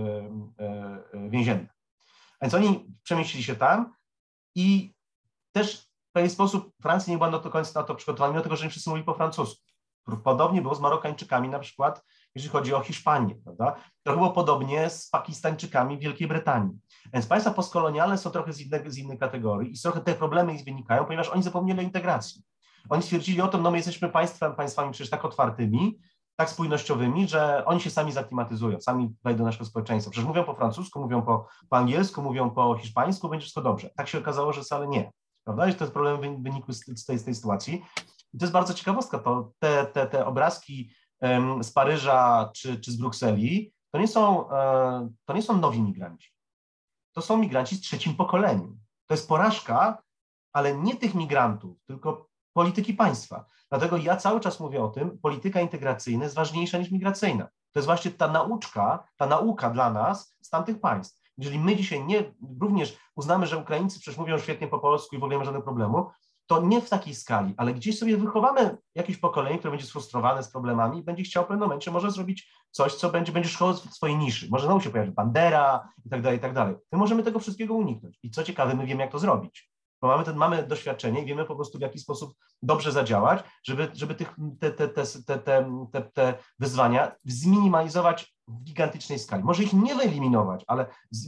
e, więzienne. A więc oni przemieścili się tam i też w pewien sposób Francja nie była do końca na to przygotowana, mimo tego, że nie wszyscy mówili po francusku. Podobnie było z Marokańczykami na przykład, jeżeli chodzi o Hiszpanię, prawda? To było podobnie z Pakistańczykami w Wielkiej Brytanii. Więc państwa postkolonialne są trochę z, innej, z innej kategorii i trochę te problemy ich wynikają, ponieważ oni zapomnieli o integracji. Oni stwierdzili o tym, no my jesteśmy państwem, państwami przecież tak otwartymi, tak spójnościowymi, że oni się sami zaklimatyzują, sami wejdą do naszego społeczeństwa. Przecież mówią po francusku, mówią po, po angielsku, mówią po hiszpańsku, będzie wszystko dobrze. Tak się okazało, że wcale nie. Prawda? I to jest problem wynikły z, z, tej, z tej sytuacji. I to jest bardzo ciekawostka, to te, te, te obrazki um, z Paryża czy, czy z Brukseli, to nie są, e, to nie są nowi migranci. To są migranci z trzecim pokoleniem. To jest porażka, ale nie tych migrantów, tylko polityki państwa. Dlatego ja cały czas mówię o tym, polityka integracyjna jest ważniejsza niż migracyjna. To jest właśnie ta nauczka, ta nauka dla nas z tamtych państw. Jeżeli my dzisiaj nie również uznamy, że Ukraińcy przecież mówią świetnie po polsku i w ogóle nie ma żadnego problemu, to nie w takiej skali, ale gdzieś sobie wychowamy jakieś pokolenie, które będzie sfrustrowane z problemami i będzie chciał w pewnym momencie może zrobić coś, co będzie, będzie szkoło w swojej niszy. Może znowu się pojawi Bandera i tak dalej, i tak dalej. My możemy tego wszystkiego uniknąć. I co ciekawe, my wiemy, jak to zrobić. Bo mamy, ten, mamy doświadczenie i wiemy po prostu, w jaki sposób dobrze zadziałać, żeby, żeby tych, te, te, te, te, te, te wyzwania zminimalizować w gigantycznej skali. Może ich nie wyeliminować, ale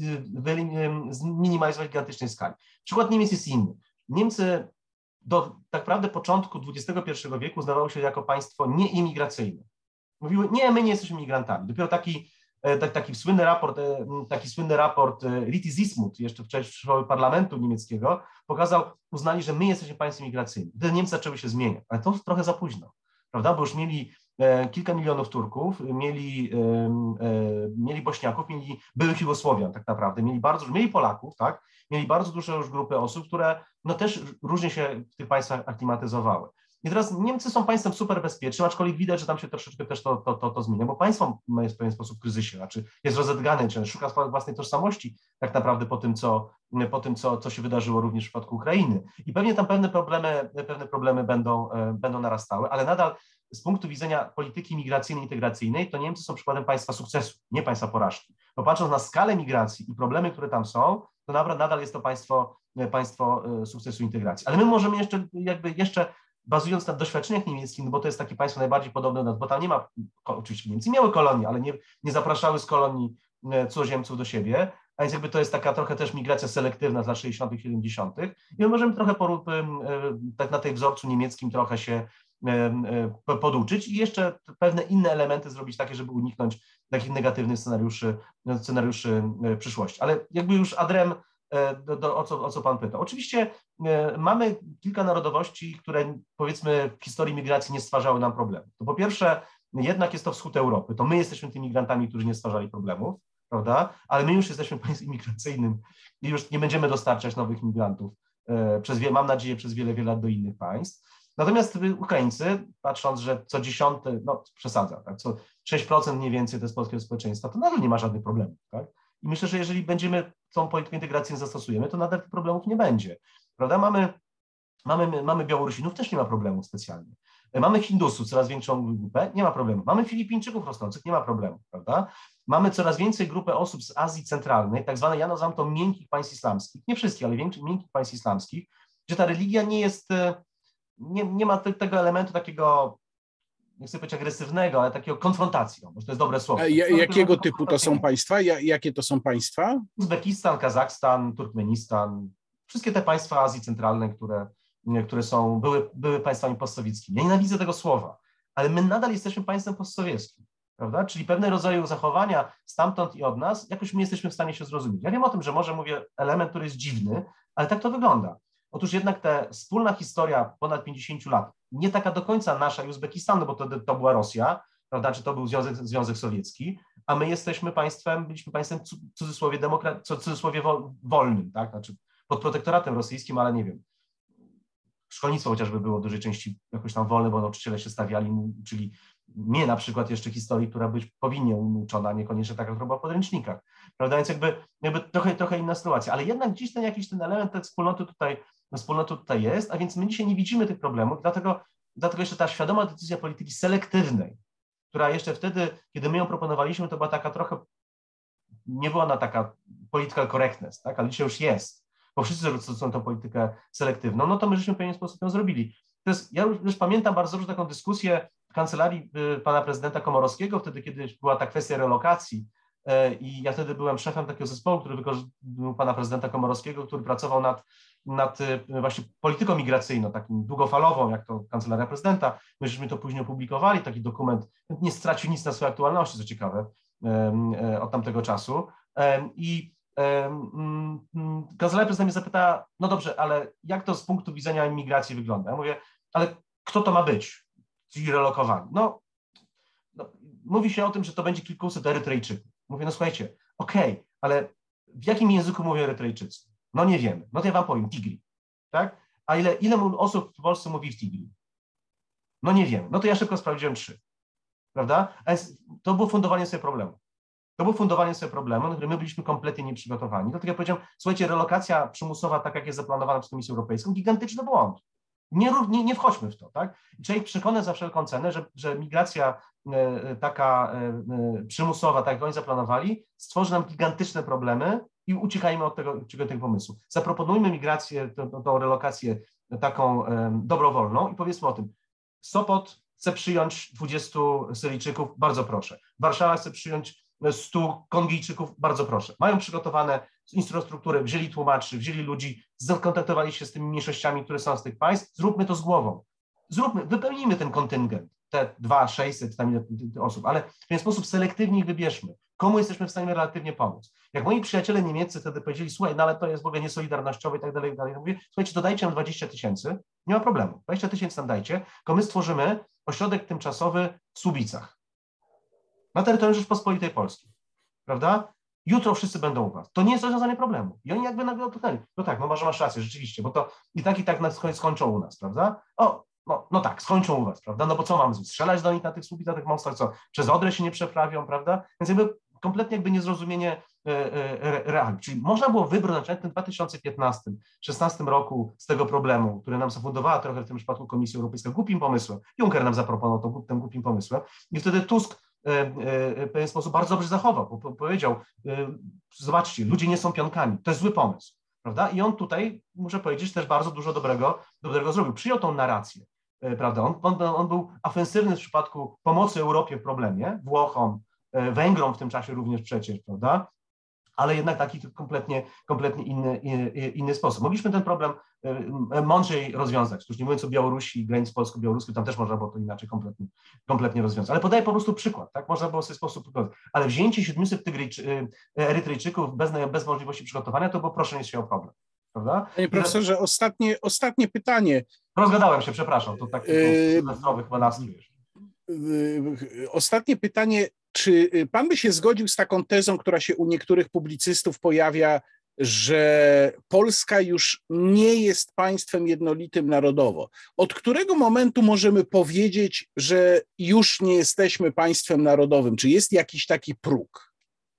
zminimalizować w gigantycznej skali. Przykład Niemiec jest inny. Niemcy do tak naprawdę początku dwudziestego pierwszego wieku uznawały się jako państwo nieimigracyjne. Mówiły, nie, my nie jesteśmy migrantami. Dopiero taki, taki, taki słynny raport, taki słynny raport Ritizismut, jeszcze wcześniej parlamentu niemieckiego, pokazał, uznali, że my jesteśmy państwem migracyjnym. Wtedy Niemcy zaczęły się zmieniać, ale to trochę za późno, prawda? Bo już mieli kilka milionów Turków, mieli, mieli Bośniaków, mieli byłych Jugosłowian tak naprawdę, mieli bardzo, mieli Polaków, tak? Mieli bardzo duże już grupy osób, które no też różnie się w tych państwach aklimatyzowały. I teraz Niemcy są państwem super bezpiecznym, aczkolwiek widać, że tam się troszeczkę też to, to, to, to zmienia, bo państwo jest w pewien sposób w kryzysie, znaczy jest rozedgane, czy szuka własnej tożsamości tak naprawdę po tym, co, po tym co, co się wydarzyło również w przypadku Ukrainy. I pewnie tam pewne problemy, pewne problemy będą, będą narastały, ale nadal z punktu widzenia polityki migracyjnej, integracyjnej, to Niemcy są przykładem państwa sukcesu, nie państwa porażki. Bo patrząc na skalę migracji i problemy, które tam są, to nadal jest to państwo, państwo sukcesu integracji. Ale my możemy jeszcze, jakby jeszcze bazując na doświadczeniach niemieckich, no bo to jest takie państwo najbardziej podobne do nas, bo tam nie ma, oczywiście Niemcy miały kolonie, ale nie, nie zapraszały z kolonii cudzoziemców do siebie, a więc jakby to jest taka trochę też migracja selektywna z lat sześćdziesiątych, siedemdziesiątych i my możemy trochę porób, tak na tej wzorcu niemieckim trochę się poduczyć i jeszcze pewne inne elementy zrobić takie, żeby uniknąć takich negatywnych scenariuszy, scenariuszy przyszłości. Ale jakby już adrem do, do, o, co, o co pan pytał. Oczywiście mamy kilka narodowości, które powiedzmy w historii migracji nie stwarzały nam problemów. To po pierwsze jednak jest to wschód Europy, to my jesteśmy tymi migrantami, którzy nie stwarzali problemów, prawda? Ale my już jesteśmy państwem imigracyjnym i już nie będziemy dostarczać nowych migrantów, przez, mam nadzieję, przez wiele, wiele lat do innych państw. Natomiast Ukraińcy, patrząc, że co dziesiąty, no przesadza, tak, co sześć procent mniej więcej to jest polskiego społeczeństwa, to nadal nie ma żadnych problemów. Tak? I myślę, że jeżeli będziemy tą politykę integracyjną zastosujemy, to nadal tych problemów nie będzie. Prawda? Mamy, mamy, mamy Białorusinów, też nie ma problemów specjalnie. Mamy Hindusów, coraz większą grupę, nie ma problemu. Mamy Filipińczyków rosnących, nie ma problemu. Prawda? Mamy coraz więcej grupy osób z Azji Centralnej, tak zwane, ja nazywam to miękkich państw islamskich, nie wszystkich, ale większych, miękkich państw islamskich, gdzie ta religia nie jest... Nie, nie ma te, tego elementu takiego, nie chcę powiedzieć agresywnego, ale takiego konfrontacji, bo to jest dobre słowo. Ja, jakiego typu to są państwa? Ja, jakie to są państwa? Uzbekistan, Kazachstan, Turkmenistan, wszystkie te państwa Azji Centralnej, które, które są, były, były państwami postsowieckimi. Ja nienawidzę tego słowa, ale my nadal jesteśmy państwem postsowieckim, prawda? Czyli pewne rodzaju zachowania stamtąd i od nas, jakoś my jesteśmy w stanie się zrozumieć. Ja wiem o tym, że może mówię element, który jest dziwny, ale tak to wygląda. Otóż jednak ta wspólna historia ponad pięćdziesięciu lat, nie taka do końca nasza i Uzbekistanu, bo to, to była Rosja, prawda, czy to był Związek, Związek Sowiecki, a my jesteśmy państwem, byliśmy państwem w cudzysłowie, demokra- w cudzysłowie wolnym, tak, znaczy pod protektoratem rosyjskim, ale nie wiem, szkolnictwo chociażby było w dużej części jakoś tam wolne, bo nauczyciele się stawiali, czyli mnie na przykład jeszcze historii, która być powinien uczona, niekoniecznie taka, która była w podręcznikach, prawda, więc jakby, jakby trochę, trochę inna sytuacja, ale jednak gdzieś ten jakiś ten element tej wspólnoty tutaj, wspólnoty tutaj jest, a więc my dzisiaj nie widzimy tych problemów, dlatego, dlatego jeszcze ta świadoma decyzja polityki selektywnej, która jeszcze wtedy, kiedy my ją proponowaliśmy, to była taka trochę, nie była ona taka political correctness, tak, ale dzisiaj już jest, bo wszyscy stosują tą politykę selektywną, no to my żeśmy w pewien sposób ją zrobili. To jest, ja już, już pamiętam bardzo dobrze taką dyskusję kancelarii pana prezydenta Komorowskiego, wtedy, kiedy była ta kwestia relokacji, i ja wtedy byłem szefem takiego zespołu, który wykorzystał pana prezydenta Komorowskiego, który pracował nad, nad właśnie polityką migracyjną, takim długofalową, jak to kancelaria prezydenta. Myśmy to później opublikowali, taki dokument nie stracił nic na swojej aktualności, co ciekawe, od tamtego czasu. I kancelaria prezydenta mnie zapytała, no dobrze, ale jak to z punktu widzenia imigracji wygląda? Ja mówię, ale kto to ma być, ci relokowani? No, no, mówi się o tym, że to będzie kilkuset Erytrejczyków. Mówię, no słuchajcie, okej, okay, ale w jakim języku mówią Erytrejczycy? No nie wiemy. No to ja wam powiem, Tigri, tak? A ile, ile osób w Polsce mówi w Tigri? No nie wiemy. No to ja szybko sprawdziłem trzy, prawda? A to było fundowanie sobie problemu. To było fundowanie sobie problemu, na który my byliśmy kompletnie nieprzygotowani. Dlatego ja powiedziałem, słuchajcie, relokacja przymusowa, tak jak jest zaplanowana przez Komisję Europejską, gigantyczny błąd. Nie, nie, nie wchodźmy w to, tak? I trzeba ich przekonać za wszelką cenę, że, że migracja e, taka e, przymusowa, tak jak oni zaplanowali, stworzy nam gigantyczne problemy i uciekajmy od tego, od tego pomysłu. Zaproponujmy migrację, tą, tą relokację taką e, dobrowolną i powiedzmy o tym. Sopot chce przyjąć dwudziestu Syryjczyków, bardzo proszę. Warszawa chce przyjąć stu Kongijczyków, bardzo proszę. Mają przygotowane infrastrukturę, wzięli tłumaczy, wzięli ludzi, skontaktowali się z tymi mniejszościami, które są z tych państw. Zróbmy to z głową. Zróbmy, wypełnijmy ten kontyngent, te dwa, sześćset tam ile osób, ale w ten sposób selektywnie ich wybierzmy. Komu jesteśmy w stanie relatywnie pomóc? Jak moi przyjaciele niemieccy wtedy powiedzieli, słuchaj, no ale to jest w ogóle niesolidarnościowe i tak dalej, i tak dalej. Ja mówię, słuchajcie, dodajcie nam dwadzieścia tysięcy, nie ma problemu. dwadzieścia tysięcy nam dajcie, tylko my stworzymy ośrodek tymczasowy w Słubicach, na terytorium Rzeczpospolitej Polskiej, prawda? Jutro wszyscy będą u was. To nie jest rozwiązanie problemu. I oni jakby nagle odpowiedzieli, no tak, no może masz rację, rzeczywiście, bo to i tak, i tak skończą u nas, prawda? O, no, no tak, skończą u was, prawda? No bo co mamy zrobić? Strzelać do nich na tych słupich, na tych mostach, co? Przez Odrę się nie przeprawią, prawda? Więc jakby kompletnie jakby niezrozumienie e, e, reagii. Czyli można było wybrnąć w tym dwa tysiące piętnastym, szesnastym roku z tego problemu, który nam zafundowała trochę w tym przypadku Komisja Europejska głupim pomysłem. Juncker nam zaproponował to, tym głupim pomysłem i wtedy Tusk w pewien sposób bardzo dobrze zachował, bo powiedział, zobaczcie, ludzie nie są pionkami, to jest zły pomysł, prawda? I on tutaj, muszę powiedzieć, też bardzo dużo dobrego, dobrego zrobił. Przyjął tą narrację, prawda? On, on, on był ofensywny w przypadku pomocy Europie w problemie, Włochom, Węgrom w tym czasie również przecież, prawda? Ale jednak taki kompletnie, kompletnie inny, inny sposób. Mogliśmy ten problem mądrzej rozwiązać. Już nie mówiąc o Białorusi, granic polsko-białoruskiej, tam też można było to inaczej kompletnie, kompletnie rozwiązać. Ale podaję po prostu przykład, tak? Można było sobie sposób pokazać. Ale wzięcie siedmiuset Erytrejczyków bez, bez możliwości przygotowania, to było proszenie się o problem, prawda? Panie profesorze, ostatnie, ostatnie pytanie. Rozgadałem się, przepraszam, to tak sylwestrowy chyba nastrój. Ostatnie pytanie. Czy pan by się zgodził z taką tezą, która się u niektórych publicystów pojawia, że Polska już nie jest państwem jednolitym narodowo? Od którego momentu możemy powiedzieć, że już nie jesteśmy państwem narodowym? Czy jest jakiś taki próg?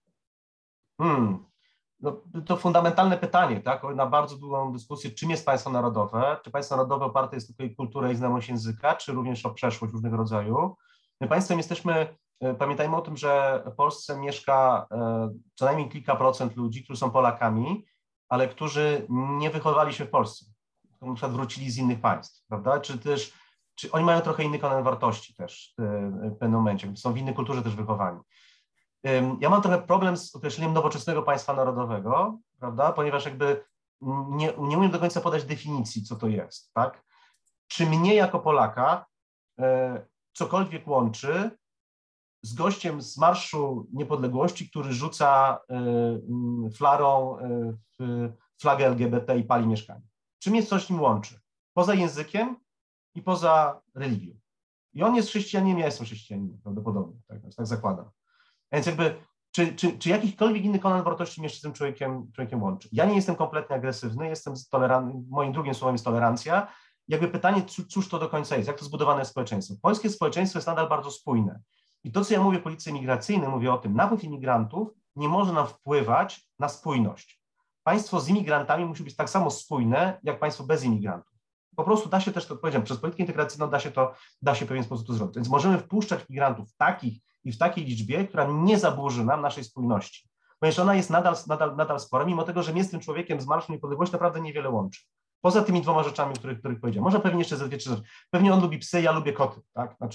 Hmm. No, to fundamentalne pytanie, tak? Na bardzo długą dyskusję, czym jest państwo narodowe? Czy państwo narodowe oparte jest tylko o kulturę i znajomość języka, czy również o przeszłość różnego rodzaju? My państwem jesteśmy. Pamiętajmy o tym, że w Polsce mieszka co najmniej kilka procent ludzi, którzy są Polakami, ale którzy nie wychowali się w Polsce, na przykład wrócili z innych państw, prawda? Czy też, czy oni mają trochę inny kanon wartości też w pewnym momencie, są w innej kulturze też wychowani. Ja mam trochę problem z określeniem nowoczesnego państwa narodowego, prawda? Ponieważ jakby nie, nie umiem do końca podać definicji, co to jest, tak? Czy mnie jako Polaka cokolwiek łączy z gościem z Marszu Niepodległości, który rzuca y, flarą y, flagę L G B T i pali mieszkanie. Czym jest coś nim łączy? Poza językiem i poza religią. I on jest chrześcijaninem, ja jestem chrześcijaninem, prawdopodobnie, tak, tak zakładam. Więc jakby, czy, czy, czy jakikolwiek inny kanon wartości mnie z tym człowiekiem, człowiekiem łączy? Ja nie jestem kompletnie agresywny, jestem tolerantny, moim drugim słowem jest tolerancja. Jakby pytanie, cóż to do końca jest, jak to zbudowane jest społeczeństwo? Polskie społeczeństwo jest nadal bardzo spójne. I to, co ja mówię o polityce migracyjnej, mówię o tym, napływ imigrantów nie może nam wpływać na spójność. Państwo z imigrantami musi być tak samo spójne, jak państwo bez imigrantów. Po prostu da się też, to powiedziałem, przez politykę integracyjną da się to, da się w pewien sposób to zrobić. Więc możemy wpuszczać migrantów takich i w takiej liczbie, która nie zaburzy nam naszej spójności. Ponieważ ona jest nadal, nadal, nadal spora, mimo tego, że mnie z tym człowiekiem z Marszu Niepodległości naprawdę niewiele łączy. Poza tymi dwoma rzeczami, o których, których powiedziałem. Może pewnie jeszcze ze dwie, trzy rzeczy. Pewnie on lubi psy, ja lubię koty, tak? Znaczy,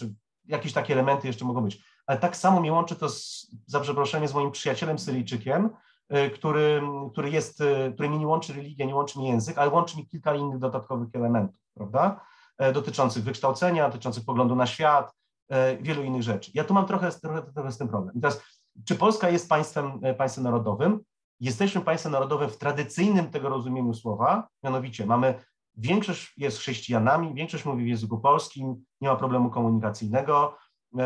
jakieś takie elementy jeszcze mogą być. Ale tak samo mnie łączy to, z, za przeproszeniem, z moim przyjacielem Syryjczykiem, który, który, jest, który mnie nie łączy religia, nie łączy mi język, ale łączy mi kilka innych dodatkowych elementów, prawda? Dotyczących wykształcenia, dotyczących poglądu na świat, wielu innych rzeczy. Ja tu mam trochę, trochę, trochę z tym problem. I teraz, czy Polska jest państwem, państwem narodowym? Jesteśmy państwem narodowym w tradycyjnym tego rozumieniu słowa, mianowicie mamy, większość jest chrześcijanami, większość mówi w języku polskim, nie ma problemu komunikacyjnego,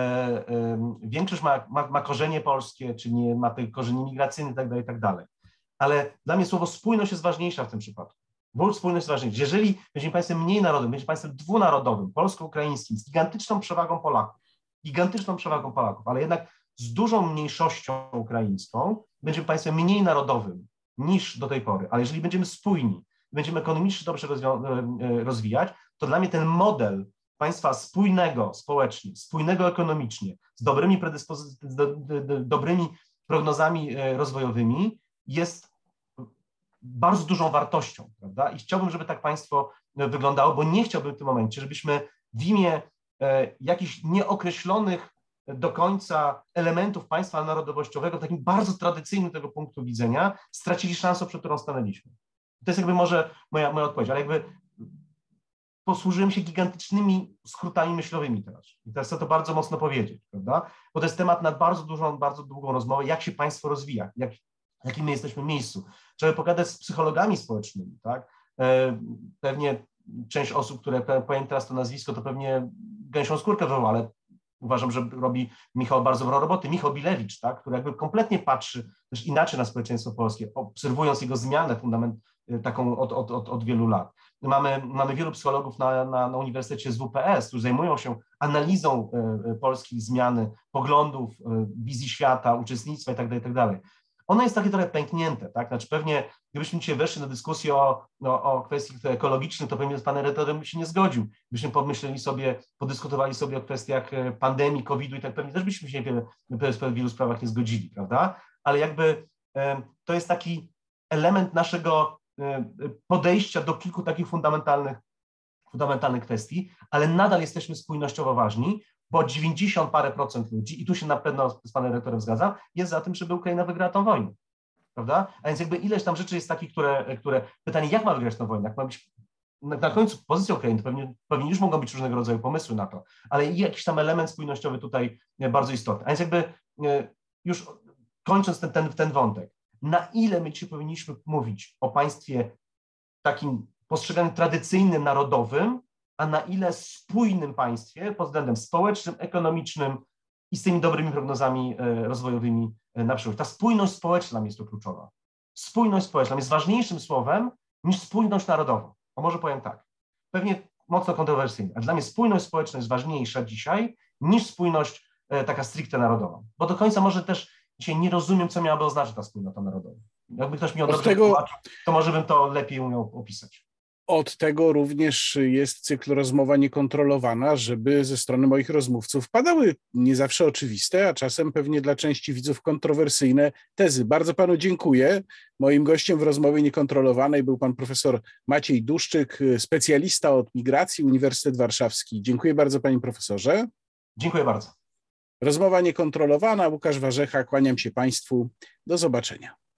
większość ma, ma, ma korzenie polskie, czy nie ma tych korzeni migracyjnych itd., itd. Ale dla mnie słowo spójność jest ważniejsza w tym przypadku. Bo spójność jest ważniejsza. Jeżeli będziemy państwem mniej narodowym, będziemy państwem dwunarodowym, polsko-ukraińskim, z gigantyczną przewagą Polaków, gigantyczną przewagą Polaków, ale jednak z dużą mniejszością ukraińską, będziemy państwem mniej narodowym niż do tej pory. Ale jeżeli będziemy spójni, będziemy ekonomicznie dobrze rozwijać, to dla mnie ten model państwa spójnego społecznie, spójnego ekonomicznie, z dobrymi predyspozycjami, z do, do, do, dobrymi prognozami rozwojowymi jest bardzo dużą wartością, prawda? I chciałbym, żeby tak państwo wyglądało, bo nie chciałbym w tym momencie, żebyśmy w imię e, jakichś nieokreślonych do końca elementów państwa narodowościowego, takim bardzo tradycyjnym tego punktu widzenia, stracili szansę, przed którą stanęliśmy. To jest jakby może moja, moja odpowiedź, ale jakby posłużyłem się gigantycznymi skrótami myślowymi teraz. I teraz chcę to bardzo mocno powiedzieć, prawda? Bo to jest temat na bardzo dużą, bardzo długą rozmowę, jak się państwo rozwija, jak, w jakim my jesteśmy miejscu. Trzeba pogadać z psychologami społecznymi, tak? Pewnie część osób, które powiem teraz to nazwisko, to pewnie gęsią skórkę wywoła, ale uważam, że robi Michał bardzo dobrą robotę. Michał Bilewicz, tak? Który jakby kompletnie patrzy też inaczej na społeczeństwo polskie, obserwując jego zmianę fundament, taką od, od, od, od wielu lat. Mamy, mamy wielu psychologów na, na, na Uniwersytecie z W P S, którzy zajmują się analizą y, polskiej zmiany, poglądów, y, wizji świata, uczestnictwa itd., itd. Ono jest takie trochę pęknięte, tak? Znaczy pewnie gdybyśmy dzisiaj weszli na dyskusję o, no, o kwestiach ekologicznych, to pewnie z panem redaktorem się nie zgodził. Gdybyśmy pomyśleli sobie, podyskutowali sobie o kwestiach pandemii, kowida i tak pewnie też byśmy się wiele, w wielu sprawach nie zgodzili, prawda? Ale jakby y, to jest taki element naszego podejścia do kilku takich fundamentalnych, fundamentalnych kwestii, ale nadal jesteśmy spójnościowo ważni, bo dziewięćdziesiąt parę procent ludzi, i tu się na pewno z panem rektorem zgadzam, jest za tym, żeby Ukraina wygrała tę wojnę, prawda? A więc jakby ileś tam rzeczy jest takich, które, które pytanie, jak ma wygrać tę wojnę, jak ma być na, na końcu pozycja Ukrainy, to pewnie, pewnie już mogą być różnego rodzaju pomysły na to, ale jakiś tam element spójnościowy tutaj bardzo istotny. A więc jakby już kończąc ten, ten, ten wątek, na ile my dzisiaj powinniśmy mówić o państwie takim postrzeganym tradycyjnym, narodowym, a na ile spójnym państwie pod względem społecznym, ekonomicznym i z tymi dobrymi prognozami rozwojowymi na przyszłość. Ta spójność społeczna jest to kluczowa. Spójność społeczna jest ważniejszym słowem niż spójność narodowa. O może powiem tak, pewnie mocno kontrowersyjnie, a dla mnie spójność społeczna jest ważniejsza dzisiaj niż spójność taka stricte narodowa, bo do końca może też dzisiaj nie rozumiem, co miałaby oznaczać ta wspólnota narodowa. Jakby ktoś mi ją dobrze tego, tłumaczył, to może bym to lepiej umiał opisać. Od tego również jest cykl Rozmowa Niekontrolowana, żeby ze strony moich rozmówców padały nie zawsze oczywiste, a czasem pewnie dla części widzów kontrowersyjne tezy. Bardzo panu dziękuję. Moim gościem w Rozmowie Niekontrolowanej był pan profesor Maciej Duszczyk, specjalista od migracji, Uniwersytet Warszawski. Dziękuję bardzo, panie profesorze. Dziękuję bardzo. Rozmowa Niekontrolowana, Łukasz Warzecha, kłaniam się państwu. Do zobaczenia.